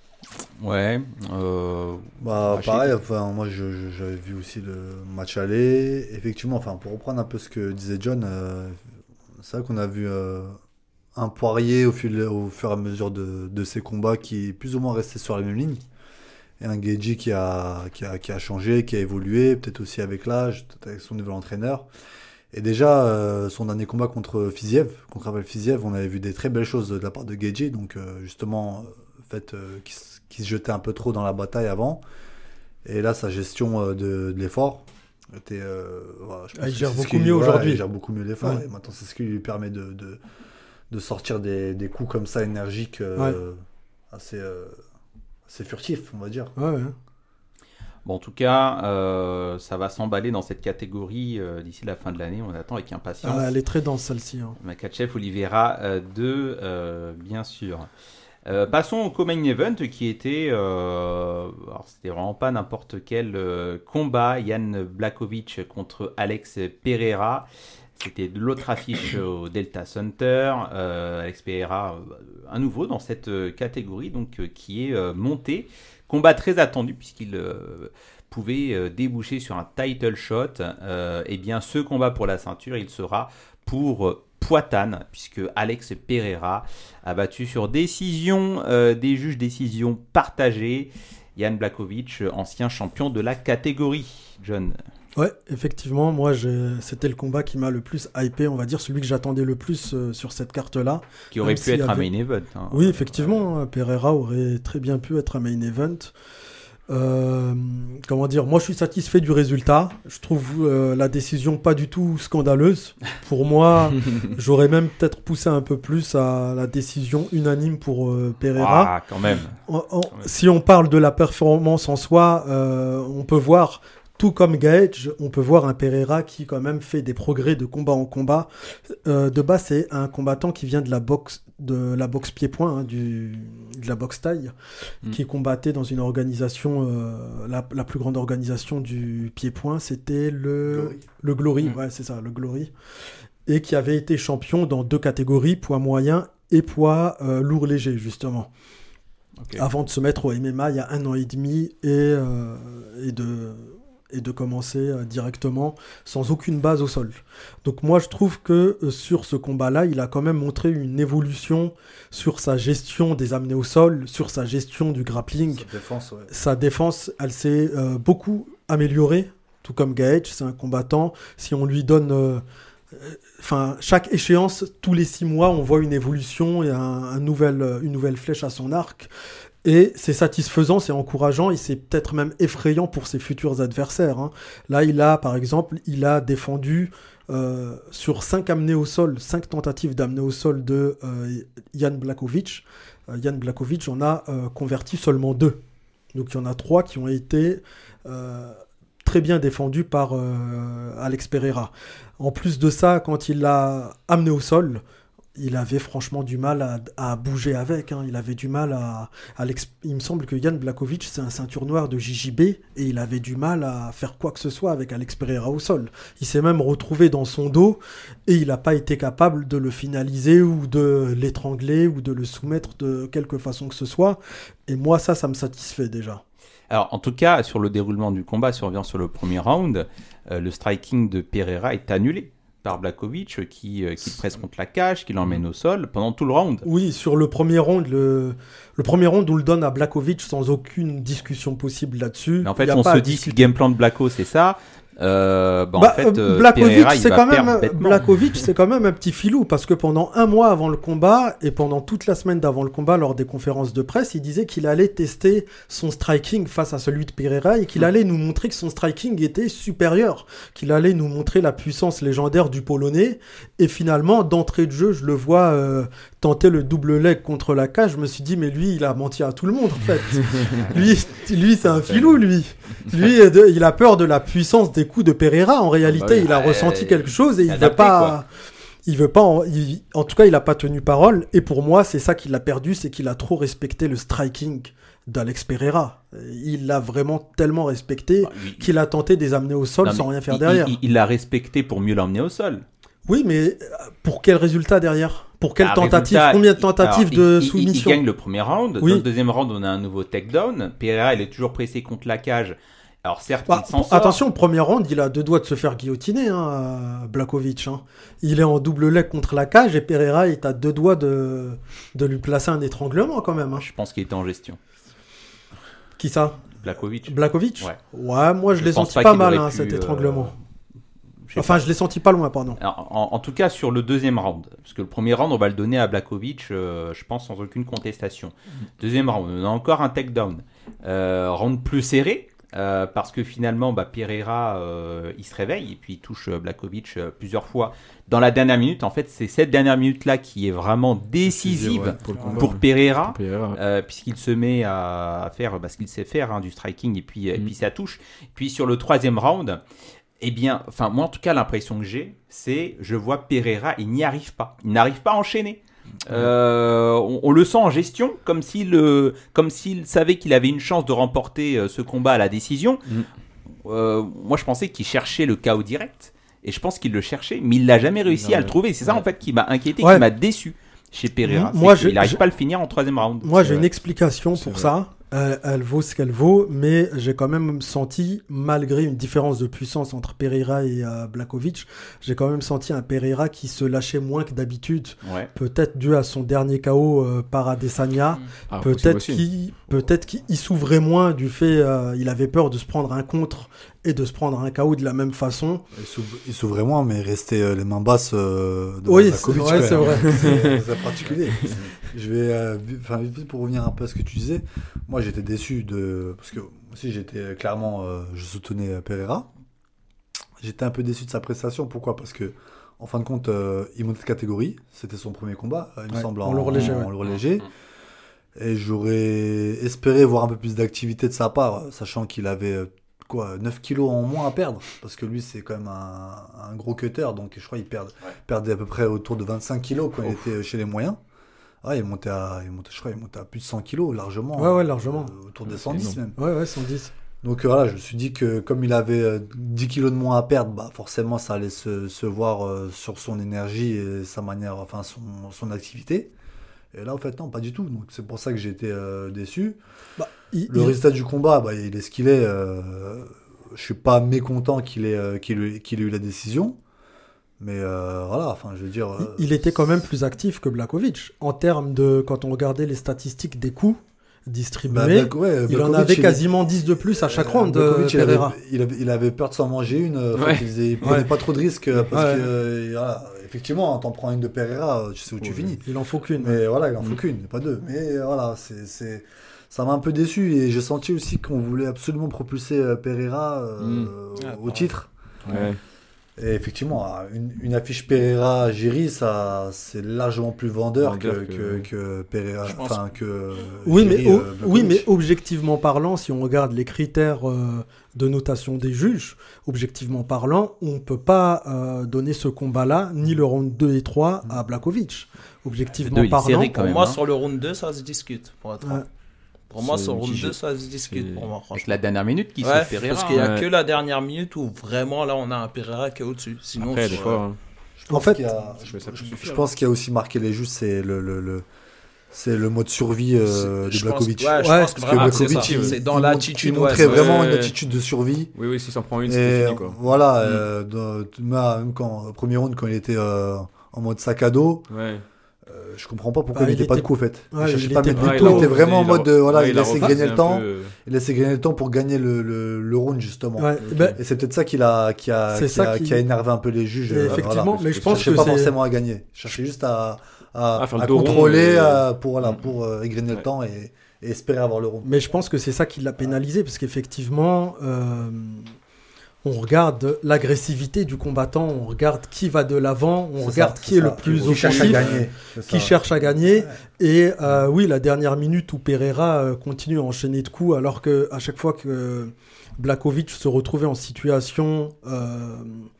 Ouais. Euh... Bah, pareil, enfin, moi, je, je, j'avais vu aussi le match aller. Effectivement, enfin, pour reprendre un peu ce que disait John... Euh, c'est vrai qu'on a vu euh, un Poirier au fur, au fur et à mesure de, de ses combats qui est plus ou moins resté sur la même ligne. Et un Gaethje qui a, qui, a, qui a changé, qui a évolué, peut-être aussi avec l'âge, peut-être avec son nouvel entraîneur. Et déjà, euh, son dernier combat contre Fiziev, contre Abel Fiziev, on avait vu des très belles choses de la part de Gaethje. Donc euh, justement, le fait euh, qu'il, qu'il se jetait un peu trop dans la bataille avant. Et là, sa gestion euh, de, de l'effort. Était, euh, voilà, je pense ah, il gère beaucoup qui, mieux voilà, aujourd'hui. Il gère beaucoup mieux l'effort. Ouais. Et maintenant, c'est ce qui lui permet de, de, de sortir des, des coups comme ça énergiques, euh, ouais. assez, euh, assez furtifs, on va dire. Ouais, ouais. Bon, en tout cas, euh, ça va s'emballer dans cette catégorie euh, d'ici la fin de l'année. On attend avec impatience. Ah, elle est très dense celle-ci. Hein. Makhachev, Oliveira euh, deux, euh, bien sûr. Euh, passons au co-main event qui était, euh, alors c'était vraiment pas n'importe quel euh, combat, Jan Blachowicz contre Alex Pereira. C'était de l'autre affiche au Delta Center. Euh, Alex Pereira, euh, à nouveau dans cette euh, catégorie, donc euh, qui est euh, monté. Combat très attendu puisqu'il euh, pouvait euh, déboucher sur un title shot. Euh, eh bien, ce combat pour la ceinture, il sera pour euh, Poatan, puisque Alex Pereira a battu sur décision euh, des juges, décision partagée, Jan Blachowicz, ancien champion de la catégorie. John. Ouais, effectivement, moi j'ai... c'était le combat qui m'a le plus hypé, on va dire, celui que j'attendais le plus euh, sur cette carte-là. Qui aurait Même pu être avait... un main event. Hein. Oui, effectivement, Pereira aurait très bien pu être un main event. Euh, comment dire, moi je suis satisfait du résultat. Je trouve euh, la décision pas du tout scandaleuse. Pour moi, j'aurais même peut-être poussé un peu plus à la décision unanime pour euh, Pereira. Ah, quand même. On, on, si on parle de la performance en soi, euh, on peut voir, tout comme Gaethje, on peut voir un Pereira qui quand même fait des progrès de combat en combat. Euh, de base, c'est un combattant qui vient de la boxe, de la boxe pied-point, hein, du, de la boxe taille, mm. qui combattait dans une organisation, euh, la, la plus grande organisation du pied-point, c'était le Glory. Le Glory, mm. ouais, c'est ça, le Glory, et qui avait été champion dans deux catégories, poids moyen et poids euh, lourd léger, justement. Okay. Avant de se mettre au M M A il y a un an et demi et, euh, et de... et de commencer euh, directement sans aucune base au sol. Donc moi je trouve que euh, sur ce combat-là, il a quand même montré une évolution sur sa gestion des amenés au sol, sur sa gestion du grappling. Sa défense, ouais. Sa défense, elle s'est euh, beaucoup améliorée, tout comme Gaethje, c'est un combattant. Si on lui donne... Enfin, euh, chaque échéance, tous les six mois, on voit une évolution et un, un nouvel, une nouvelle flèche à son arc. Et c'est satisfaisant, c'est encourageant et c'est peut-être même effrayant pour ses futurs adversaires. Hein. Là, il a, par exemple, il a défendu euh, sur cinq amenés au sol, cinq tentatives d'amener au sol de euh, Jan Blachowicz. Euh, Jan Blachowicz en a euh, converti seulement deux. Donc, il y en a trois qui ont été euh, très bien défendus par euh, Alex Pereira. En plus de ça, quand il l'a amené au sol, il avait franchement du mal à, à bouger avec. Hein. Il avait du mal à... à il me semble que Jan Blachowicz, c'est un ceinture noire de J J B, et il avait du mal à faire quoi que ce soit avec Alex Pereira au sol. Il s'est même retrouvé dans son dos, et il n'a pas été capable de le finaliser, ou de l'étrangler, ou de le soumettre de quelque façon que ce soit. Et moi, ça, ça me satisfait déjà. Alors, en tout cas, sur le déroulement du combat, si on revient sur le premier round, euh, le striking de Pereira est annulé par Blachowicz qui, euh, qui presse contre la cage, qui l'emmène au sol pendant tout le round. Oui, sur le premier round, le, le premier round, on le donne à Blachowicz sans aucune discussion possible là-dessus. Mais en fait, on se dit que le game plan de Blachowicz, c'est ça. Euh, bah, bah, en fait, euh, Blachowicz, Pereira, c'est quand même, Blachowicz, c'est quand même un petit filou, parce que pendant un mois avant le combat, et pendant toute la semaine d'avant le combat, lors des conférences de presse, il disait qu'il allait tester son striking face à celui de Pereira, et qu'il mmh. allait nous montrer que son striking était supérieur, qu'il allait nous montrer la puissance légendaire du Polonais, et finalement, d'entrée de jeu, je le vois euh, tenter le double leg contre la cage, je me suis dit, mais lui, il a menti à tout le monde, en fait. lui, lui, c'est un filou, lui. Lui, il a peur de la puissance des coups de Pereira. En réalité, bah oui, il a euh, ressenti quelque chose et il veut pas. Quoi. Il veut pas. En, il, en tout cas, il a pas tenu parole. Et pour moi, c'est ça qu'il a perdu, c'est qu'il a trop respecté le striking d'Alex Pereira. Il l'a vraiment tellement respecté bah, il, qu'il a tenté de les amener au sol non, sans rien faire il, derrière. Il l'a respecté pour mieux l'emmener au sol. Oui, mais pour quel résultat derrière ? Pour quelle ah, tentative résultat, Combien de tentatives alors, de il, soumission il, il gagne le premier round. Oui. Dans le deuxième round, on a un nouveau takedown. Pereira, il est toujours pressé contre la cage. Alors certes, bah, il s'en sort. Attention, le premier round, il a deux doigts de se faire guillotiner, hein, Blachowicz. Hein. Il est en double leg contre la cage et Pereira est à deux doigts de, de lui placer un étranglement quand même. Hein. Je pense qu'il était en gestion. Qui ça ? Blachowicz. Blachowicz ? Ouais. Ouais, moi je, je l'ai senti pas, pas mal, hein, pu, cet étranglement. Euh... Enfin, pas. je l'ai senti pas loin, pardon. Alors, en, en tout cas, sur le deuxième round, parce que le premier round, on va le donner à Blachowicz, euh, je pense, sans aucune contestation. Mmh. Deuxième round, on a encore un takedown. Euh, round plus serré. Euh, parce que finalement bah, Pereira euh, il se réveille et puis il touche euh, Blachowicz euh, plusieurs fois dans la dernière minute. En fait, c'est cette dernière minute là qui est vraiment décisive ouais, pour, combat, pour Pereira, pour Pereira ouais. euh, puisqu'il se met à, à faire bah, ce qu'il sait faire, hein, du striking et puis, mm. et puis ça touche. Puis sur le troisième round, eh bien, enfin moi en tout cas l'impression que j'ai, c'est je vois Pereira, il n'y arrive pas, il n'arrive pas à enchaîner. Euh, on, on le sent en gestion, comme s'il, euh, comme s'il savait qu'il avait une chance de remporter euh, ce combat à la décision. Mm. Euh, moi, je pensais qu'il cherchait le K O direct, et je pense qu'il le cherchait, mais il l'a jamais réussi non, à le trouver. C'est ça ouais. en fait qui m'a inquiété, ouais. qui m'a déçu chez Pereira. Mmh. Moi, il n'arrive pas à le finir en troisième round. Moi, j'ai vrai. une explication pour ouais. ça. Elle, elle vaut ce qu'elle vaut, mais j'ai quand même senti, malgré une différence de puissance entre Pereira et euh, Blachowicz, j'ai quand même senti un Pereira qui se lâchait moins que d'habitude. Ouais. Peut-être dû à son dernier K O euh, par Adesanya. Ah, peut-être qu'il, peut-être qu'il s'ouvrait moins du fait, euh, il avait peur de se prendre un contre et de se prendre un K O de la même façon. Il s'ouvrait moins, mais il restait euh, les mains basses euh, devant oui, Blachowicz. Oui, c'est vrai. C'est, c'est particulier. Je vais, euh, enfin, pour revenir un peu à ce que tu disais, moi j'étais déçu de, parce que aussi j'étais clairement, euh, je soutenais Pereira. J'étais un peu déçu de sa prestation. Pourquoi ? Parce que en fin de compte, euh, il montait de catégorie. C'était son premier combat, il me ouais, semble, en, en lourd léger. En, en lourd léger. Et j'aurais espéré voir un peu plus d'activité de sa part, sachant qu'il avait quoi, neuf kilos en moins à perdre, parce que lui c'est quand même un, un gros cutter, donc je crois qu'il perd, ouais. perdait à peu près autour de vingt-cinq kilos quand ouais. il était chez les moyens. Ah, il montait à, il montait, je crois, il montait à plus de cent kilos, largement. Ouais, ouais, largement. Euh, autour des cent dix même. Ouais, ouais, cent dix. Donc euh, voilà, je me suis dit que comme il avait euh, dix kilos de moins à perdre, bah, forcément ça allait se, se voir euh, sur son énergie et sa manière, enfin son, son activité. Et là, en fait, non, pas du tout. Donc c'est pour ça que j'ai été euh, déçu. Bah, il, Le il... résultat du combat, bah, il est ce qu'il est. Euh, je suis pas mécontent qu'il ait, euh, qu'il, qu'il ait eu la décision. Mais euh, voilà, enfin, je veux dire... Euh, il était quand même plus actif que Blachowicz. En termes de... Quand on regardait les statistiques des coups distribués, bah, Black, ouais, il en avait quasiment il... dix de plus à chaque euh, round, euh, il, avait, il, avait, il avait peur de s'en manger une. Ouais. Il ne prenait ouais. pas trop de risques. Parce ouais. que, euh, voilà, effectivement, hein, t'en prends une de Pereira, tu sais où ouais. tu finis. Il en faut qu'une. Mais voilà, il en faut mmh. qu'une, pas deux. Mais voilà, c'est... c'est... ça m'a un peu déçu. Et j'ai senti aussi qu'on voulait absolument propulser Pereira euh, mmh. ah, au titre. Ouais. Et effectivement, une, une affiche Pereira-Géry, ça, c'est largement plus vendeur, vendeur que, que, que, que Pereira, enfin que. Oui, Géry, mais, euh, oui, mais objectivement parlant, si on regarde les critères euh, de notation des juges, objectivement parlant, on ne peut pas euh, donner ce combat-là, ni le round deux et trois à Blachowicz. Objectivement deux, parlant. Pour même, moi, hein. sur le round deux, ça se discute. Pour être ouais. Pour moi, sur round deux, ça se discute pour moi, franchement. Avec la dernière minute qui ouais, se Pereira. Parce qu'il n'y a ouais. que la dernière minute où vraiment, là, on a un Pereira qui est au-dessus. Sinon, Après, des fois, hein. je pense en fait, qu'il y a, je, je, je pense qu'il y a aussi marqué les juges, c'est le, le, le, c'est le mode survie euh, de Blachowicz. Ouais, je ouais, pense que vraiment, que c'est, ça, c'est, c'est dans il, l'attitude. Il montrait ouais, vraiment ouais. une attitude de survie. Oui, oui, s'il s'en prend une, c'est fini, quoi. Voilà, mm. euh, dans, même quand, au premier round, quand il était euh, en mode sac à dos. Ouais. Euh, je comprends pas pourquoi bah, il n'était pas de coup, en fait. Ouais, il cherchait pas à mettre ouais, du tout. Il était vraiment en mode, euh, voilà, ouais, il laissait grigner le temps. Peu... Il laissait grigner le temps pour gagner le, le, le round, justement. Ouais, okay. bah, et c'est peut-être ça qui a, qui a, qui a, qui... qui a énervé un peu les juges. Euh, effectivement, voilà, mais je pense que. Il cherchait pas forcément à gagner. Il cherchait juste à, à, à, à contrôler, et... à, pour, voilà, pour euh, égrener ouais. le temps et, et espérer avoir le round. Mais je pense que c'est ça qui l'a pénalisé, parce qu'effectivement, euh, on regarde l'agressivité du combattant, on regarde qui va de l'avant, on c'est regarde ça, qui est, est le plus qui offensif, cherche à gagner, qui cherche à gagner. Ouais. Et euh, oui, la dernière minute où Pereira euh, continue à enchaîner de coups, alors que à chaque fois que Blachowicz se retrouvait en situation euh,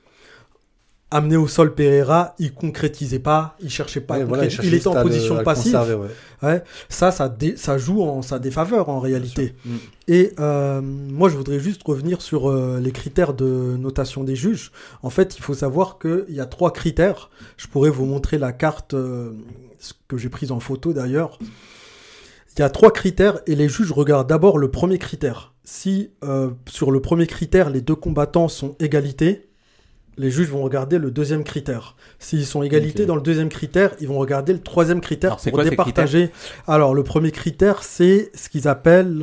amené au sol Pereira, il concrétisait pas, il cherchait pas, ouais, voilà, il, il était en position le, passive. Ouais. Ouais, ça, ça, dé, ça joue en sa défaveur en réalité. Mmh. Et euh, moi, je voudrais juste revenir sur euh, les critères de notation des juges. En fait, il faut savoir qu'il y a trois critères. Je pourrais vous montrer la carte euh, que j'ai prise en photo d'ailleurs. Il y a trois critères et les juges regardent d'abord le premier critère. Si euh, sur le premier critère, les deux combattants sont égalité, les juges vont regarder le deuxième critère. S'ils sont égalité okay. dans le deuxième critère, ils vont regarder le troisième critère. Alors, pour quoi, départager. Alors, le premier critère, c'est ce qu'ils appellent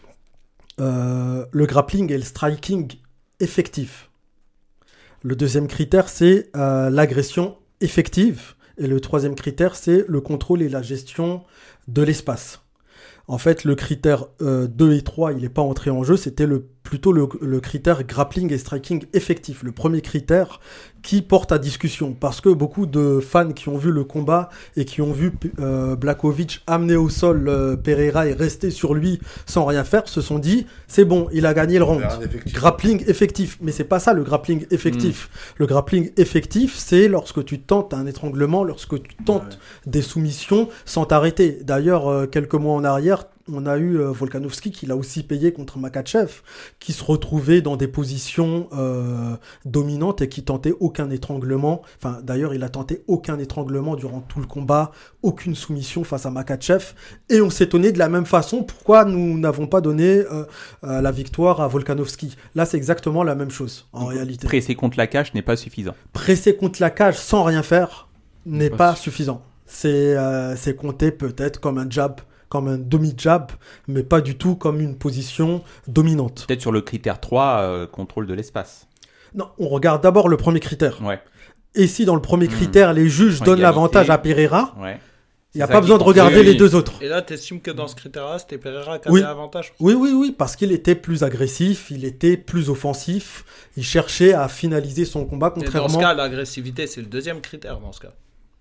euh, le grappling et le striking effectif. Le deuxième critère, c'est euh, l'agression effective. Et le troisième critère, c'est le contrôle et la gestion de l'espace. En fait, le critère euh, deux et trois, il n'est pas entré en jeu. C'était le, plutôt le, le critère grappling et striking effectif. Le premier critère qui porte à discussion. Parce que beaucoup de fans qui ont vu le combat et qui ont vu euh, Blachowicz amener au sol euh, Pereira et rester sur lui sans rien faire, se sont dit, c'est bon, il a gagné le round. Effectif. Grappling effectif. Mais c'est pas ça le grappling effectif. Mmh. Le grappling effectif, c'est lorsque tu tentes un étranglement, lorsque tu tentes ouais. des soumissions sans t'arrêter. D'ailleurs, euh, quelques mois en arrière, on a eu euh, Volkanovski qui l'a aussi payé contre Makhachev, qui se retrouvait dans des positions euh, dominantes et qui tentait aucun étranglement. Enfin, d'ailleurs, il a tenté aucun étranglement durant tout le combat, aucune soumission face à Makhachev. Et on s'étonnait de la même façon pourquoi nous n'avons pas donné euh, euh, la victoire à Volkanovski. Là, c'est exactement la même chose, en réalité. Presser contre la cage n'est pas suffisant. Presser contre la cage sans rien faire n'est pas, pas suffisant. C'est, euh, c'est compté peut-être comme un jab, comme un demi-jab, mais pas du tout comme une position dominante. Peut-être sur le critère trois, euh, contrôle de l'espace. Non, on regarde d'abord le premier critère. Ouais. Et si dans le premier critère, mmh. les juges en donnent égalité. l'avantage à Pereira, ouais. il n'y a pas besoin de regarder oui, les oui. deux autres. Et là, tu estimes que dans ce critère-là, c'était Pereira qui oui. avait l'avantage ? Oui, oui, oui, parce qu'il était plus agressif, il était plus offensif, il cherchait à finaliser son combat, contrairement... Et dans ce cas, l'agressivité, c'est le deuxième critère, dans ce cas.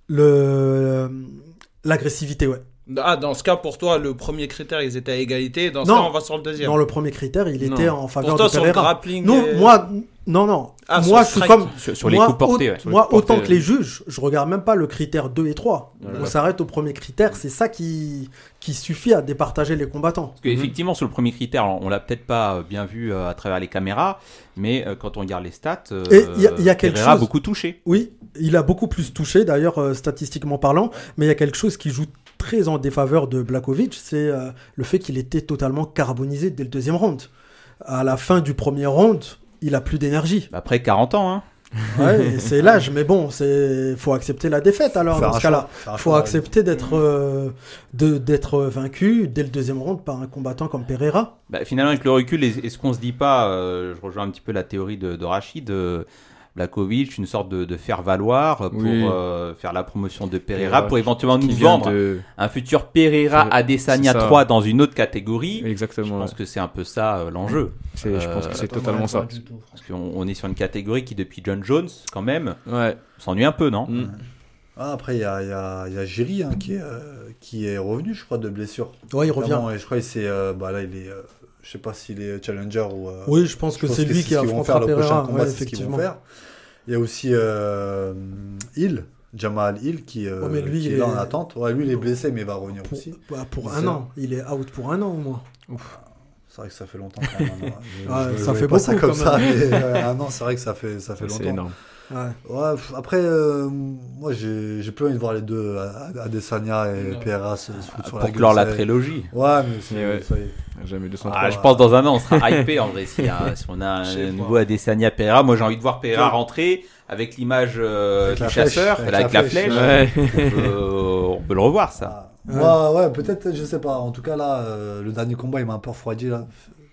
Le... L'agressivité, ouais. Ah, dans ce cas, pour toi, le premier critère, ils étaient à égalité. Dans ce non, cas, on va sur le deuxième. Dans le premier critère, il était non. en faveur pour toi, de Pereira. Sur le grappling non, et... moi, non, non. Ah, moi, je suis comme... Sur, sur les coups portés, au... ouais. Moi, les autant portés, que les juges, je regarde même pas le critère deux et trois. Ouais, on ouais. s'arrête au premier critère. C'est ça qui... qui suffit à départager les combattants. Parce qu'effectivement, mm-hmm. sur le premier critère, on l'a peut-être pas bien vu euh, à travers les caméras, mais euh, quand on regarde les stats, euh, il y a, y a quelque Pereira chose... a beaucoup touché. Oui, il a beaucoup plus touché, d'ailleurs, euh, statistiquement parlant, mais il y a quelque chose qui joue très en défaveur de Blachowicz, c'est euh, le fait qu'il était totalement carbonisé dès le deuxième round. À la fin du premier round, il a plus d'énergie. Après quarante ans, hein. Ouais, c'est l'âge, mais bon, c'est faut accepter la défaite alors dans ce cas-là. Faut accepter d'être euh, de d'être vaincu dès le deuxième round par un combattant comme Pereira. Bah, finalement, avec le recul, est-ce qu'on se dit pas, euh, je rejoins un petit peu la théorie de, de Rachid, euh, Blachowicz, une sorte de, de faire valoir pour oui. euh, faire la promotion de Pereira, ouais, pour éventuellement nous vendre de... un futur Pereira Adesanya trois dans une autre catégorie. Exactement. Je pense ouais. que c'est un peu ça euh, l'enjeu. C'est, euh, je pense que c'est totalement ça. Parce qu'on on est sur une catégorie qui, depuis John Jones, quand même, ouais. s'ennuie un peu, non mm. ah, Après, il y a, y, a, y a Jiri hein, qui, est, euh, qui est revenu, je crois, de blessure. Ouais, il revient. Et je crois qu'il s'est... Euh, bah, là, il est... Euh, je sais pas s'il est challenger ou... Euh, oui, je pense que je c'est pense lui que qui affrontera Pereira. Combat, ouais, effectivement. Il y a aussi euh, Hill, Jamal Hill, qui, euh, ouais, lui, qui est là en attente. Ouais, lui, il est blessé, mais il va revenir pour, aussi. Bah, pour un an. Il est out pour un an au moins. Ouf. C'est vrai que ça fait longtemps quand même. je, ouais, je, ça je fait pas beaucoup ça comme quand ça, même. mais euh, un an, c'est vrai que ça fait, ça fait longtemps. C'est énorme. Ouais. Ouais, après, euh, moi, j'ai, j'ai plus envie de voir les deux, Adesanya et Pereira, se foutre sur la gueule. Pour clore la trilogie. Ouais, mais c'est, ouais. ça y est. Jamais deux cents. Ah, je pense dans un an, on sera hypé en vrai. Si, hein, si on a un, un nouveau Adesanya Pereira, moi j'ai envie de voir Pereira rentrer avec l'image euh, avec du chasseur, flèche, avec, avec la flèche. Ouais. On, peut, on peut le revoir, ça. Ah, moi, ouais. ouais, peut-être, je sais pas. En tout cas, là, euh, le dernier combat, il m'a un peu refroidi. Là.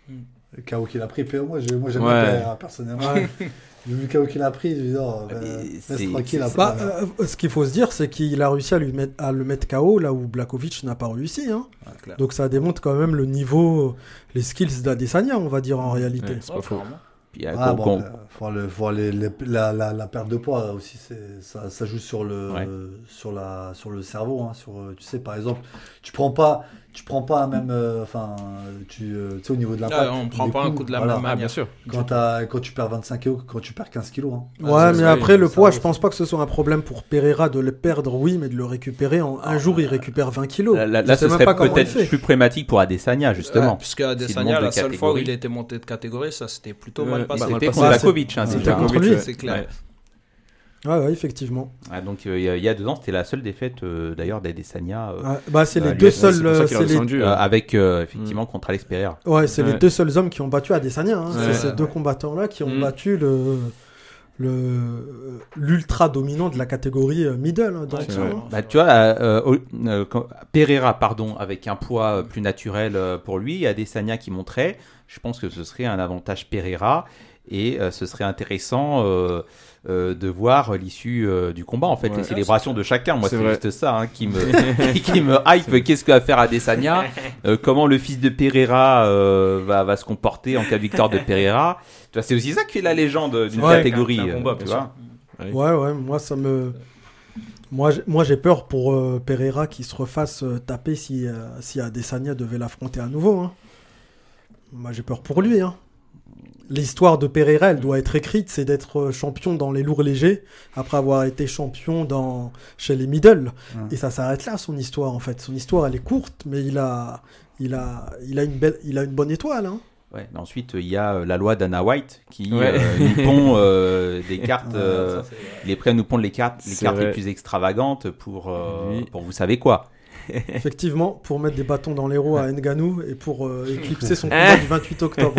Le K O qu'il a pris, moi, j'ai, moi j'aime ouais. bien Pereira, personnellement. Ouais. Le K O qu'il a pris, je dis, oh, bah, laisse tranquille. Bah, euh, ce qu'il faut se dire, c'est qu'il a réussi à, lui mettre, à le mettre K O là où Blachowicz n'a pas réussi. Hein. Ouais, donc ça démontre quand même le niveau, les skills d'Adesanya, on va dire en réalité. Ouais, c'est pas faux. Puis, euh, ah, con, bon, con... bah, faut le, faut les, les, la, la, la perte de poids aussi, c'est, ça, ça joue sur le, ouais. sur la, sur le cerveau. Hein, sur, tu sais, par exemple, tu prends pas, tu prends pas même, enfin, euh, tu, euh, tu sais, au niveau de l'impact. Ah, on prend pas coups, un coup de la voilà. même manière. Ah, bien sûr. Quand, quand tu perds vingt-cinq kilos, quand tu perds quinze kilos. Hein. Ouais, ah, mais après, le poids, je pense pas que ce soit un problème pour Pereira de le perdre, oui, mais de le récupérer. En un jour, il récupère vingt kilos. Là, là, là ce serait peut-être plus problématique pour Adesanya, justement. Ouais, puisque Adesanya, la seule fois où il était monté de catégorie, ça s'était plutôt mal passé. C'était contre Blachowicz, hein, c'était contre lui. C'est clair. Ouais, ouais, effectivement. Ah, donc il euh, y, y a deux ans, c'était la seule défaite euh, d'ailleurs d'Adesanya. Euh, ouais, bah c'est les deux seuls. Euh, c'est les... Rendu, euh, avec euh, effectivement mm. contre Alex Pereira. Ouais, c'est ouais. les deux seuls hommes qui ont battu Adesanya. Hein. Ouais, c'est ces ouais. deux combattants-là qui ont mm. battu le. Le, l'ultra dominant de la catégorie middle hein, dans ouais, ça, hein. Bah, tu vois euh, euh, euh, Pereira pardon avec un poids plus naturel pour lui, Adesanya qui montrait, je pense que ce serait un avantage Pereira et euh, ce serait intéressant euh, euh, de voir l'issue euh, du combat en fait, ouais, les célébrations de chacun. Moi c'est, c'est juste ça hein, qui me qui me hype. Qu'est-ce que va faire Adesanya, euh, comment le fils de Pereira euh, va va se comporter en cas de victoire de Pereira. Tu vois, c'est aussi ça qui fait la légende d'une ouais, catégorie. Un, un combat, tu vois. Ouais. ouais ouais moi ça me moi j'ai, moi j'ai peur pour euh, Pereira qui se refasse euh, taper si euh, si Adesanya devait l'affronter à nouveau. Hein. Moi j'ai peur pour lui hein. L'histoire de Pereira, elle doit être écrite, c'est d'être champion dans les lourds légers, après avoir été champion dans, chez les middle. Mmh. Et ça s'arrête là, son histoire, en fait. Son histoire, elle est courte, mais il a, il a, il a une belle, il a une bonne étoile. Hein. Ouais, mais ensuite il y a euh, la loi d'Anna White qui Ouais. euh, nous pond euh, des cartes. Euh, Ouais, ça, c'est- il est prêt à nous pondre les cartes, les C'est cartes vrai. les plus extravagantes pour euh, Oui. pour vous savez quoi. Effectivement, pour mettre des bâtons dans les roues à Ngannou et pour euh, éclipser son combat du vingt-huit octobre.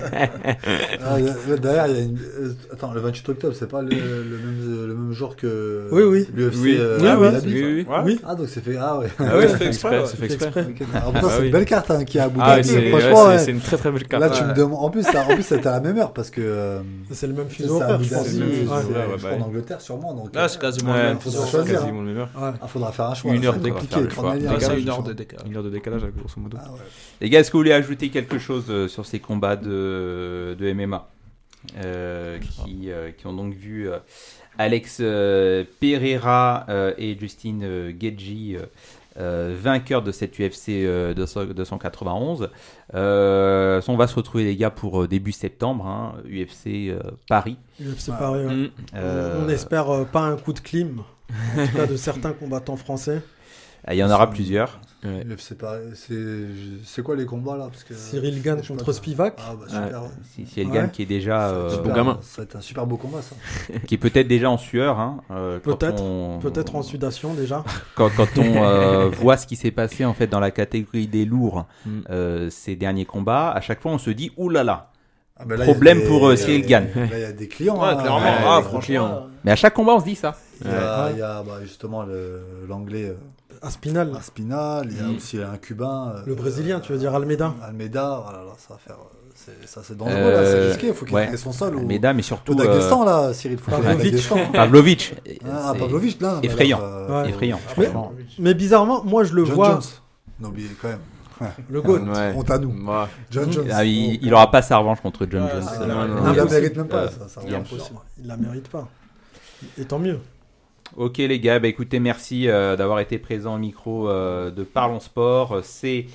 Ah, y a- D'ailleurs, il y a une... euh, attends, le vingt-huit octobre, c'est pas le, le même, le même jour que Oui, oui. l'U F C Oui. euh, Oui, Abu ouais. Dhabi, Oui, ça. oui. Ouais. Oui. Ah, donc c'est fait. Ah ouais. Ah ouais, c'est c'est fait fait exprès, exprès. ouais. C'est fait C'est exprès. exprès. Ah, putain, Ah c'est oui. une belle carte hein, qui a Abu Ah, Dhabi. c'est Franchement, ouais, ouais. c'est- c'est une très très belle carte. Là, tu Ouais. me demandes. En plus, ça, en plus, c'était à la même heure parce que. euh, C'est le même c'est fuseau ça, horaire, Abu je pense. Dhabi, le même c'est- fuseau c'est- horaire, ouais, je bah crois en ouais. Angleterre sûrement. Donc, Là, c'est quasiment Ouais, le même. faudra fuseau choisir. horaire. C'est quasiment le même heure. Ouais. Ah, faudra faire un choix. Une là, heure ça va de être cliquer, compliqué, je prendre crois. la ligne, Ouais, quand c'est même, une je heure crois. de décalage. Une heure de décalage, grosso modo. Ah ouais. Les gars, est-ce que vous voulez ajouter quelque chose euh, sur ces combats de, de M M A euh, qui, euh, qui ont donc vu euh, Alex euh, Pereira euh, et Justin euh, Gaethje euh, euh, vainqueurs de cette U F C euh, deux cent quatre-vingt-onze. Euh, on va se retrouver les gars pour euh, début septembre, hein, U F C euh, Paris. U F C Ouais. Paris, ouais. Mm. Euh, On espère euh, pas un coup de clim, en tout cas de certains combattants français. Il y en aura plusieurs. Ouais. Le F C Paris, c'est c'est quoi les combats là parce que, Cyril Gane je sais contre pas, Spivak. Ah bah super. Ouais. ouais. Si, si Elgan Ouais. qui est déjà, euh, Super, bon gamin. Ça va être un super beau combat ça. qui est peut-être déjà en sueur. Hein, euh, quand Peut-être, on- Peut-être en sudation déjà. Quand, quand on euh, voit ce qui s'est passé en fait dans la catégorie des lourds Mm. euh, ces derniers combats, à chaque fois on se dit oulala. Ah, bah là, il y a Problème des- pour, euh, Cyril Gane. Là il y a des clients. Ouais, hein. clairement. Ouais, Ah, gros franchement. client. Mais à chaque combat on se dit ça. Il y a, Ouais. il y a bah, justement le- l'anglais euh, Aspinal, Aspinal, il y a Mm. aussi un cubain. euh, le brésilien, tu veux dire Almeida. Almeida, voilà, là, ça va faire. euh, c'est- Ça c'est dangereux, Euh, là, c'est risqué, il faut qu'il ouais. ait son sol. Au, Almeida, mais au surtout Daghestan, là, Cyril, faut qu'il aille au Pavlovic. Daghestan. Pavlovic. Ah, C'est Pavlovic, là. mais effrayant. alors, euh, Ouais. effrayant. Mais- franchement. Mais bizarrement, moi je le John vois, Jones, n'oubliez quand même. le GOAT. Ouais. Honte à nous. Ouais. John Jones. Ah, il, il aura pas sa revanche contre John Ouais, Jones. c'est Euh, clair. non, non, Il la Impossible. mérite même pas, Euh, ça. ça il va. est Impossible. Il la mérite pas. Et tant mieux. Ok les gars, bah écoutez, merci euh, d'avoir été présent au micro euh, de Parlons Sport. C'est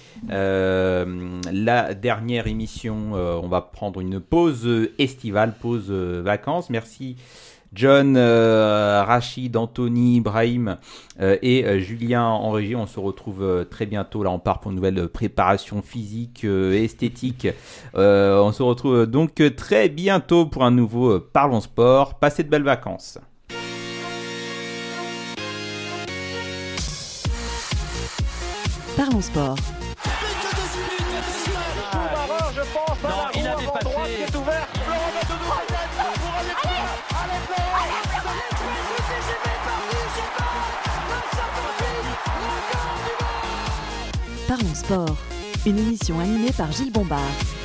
euh, la dernière émission. Euh, on va prendre une pause estivale, pause euh, vacances. Merci John, euh, Rachid, Anthony, Brahim euh, et euh, Julien en régie. On se retrouve euh, très bientôt. Là, on part pour une nouvelle préparation physique euh, et esthétique. Euh, on se retrouve donc très bientôt pour un nouveau euh, Parlons Sport. Passez de belles vacances. Parlons sport. je pense. Non, il a dépassé. Qui est ouvert. Florent Badodou. Pour aller plus loin. Allez, Florent. Parlons sport. Une émission animée par Gilles Bombard.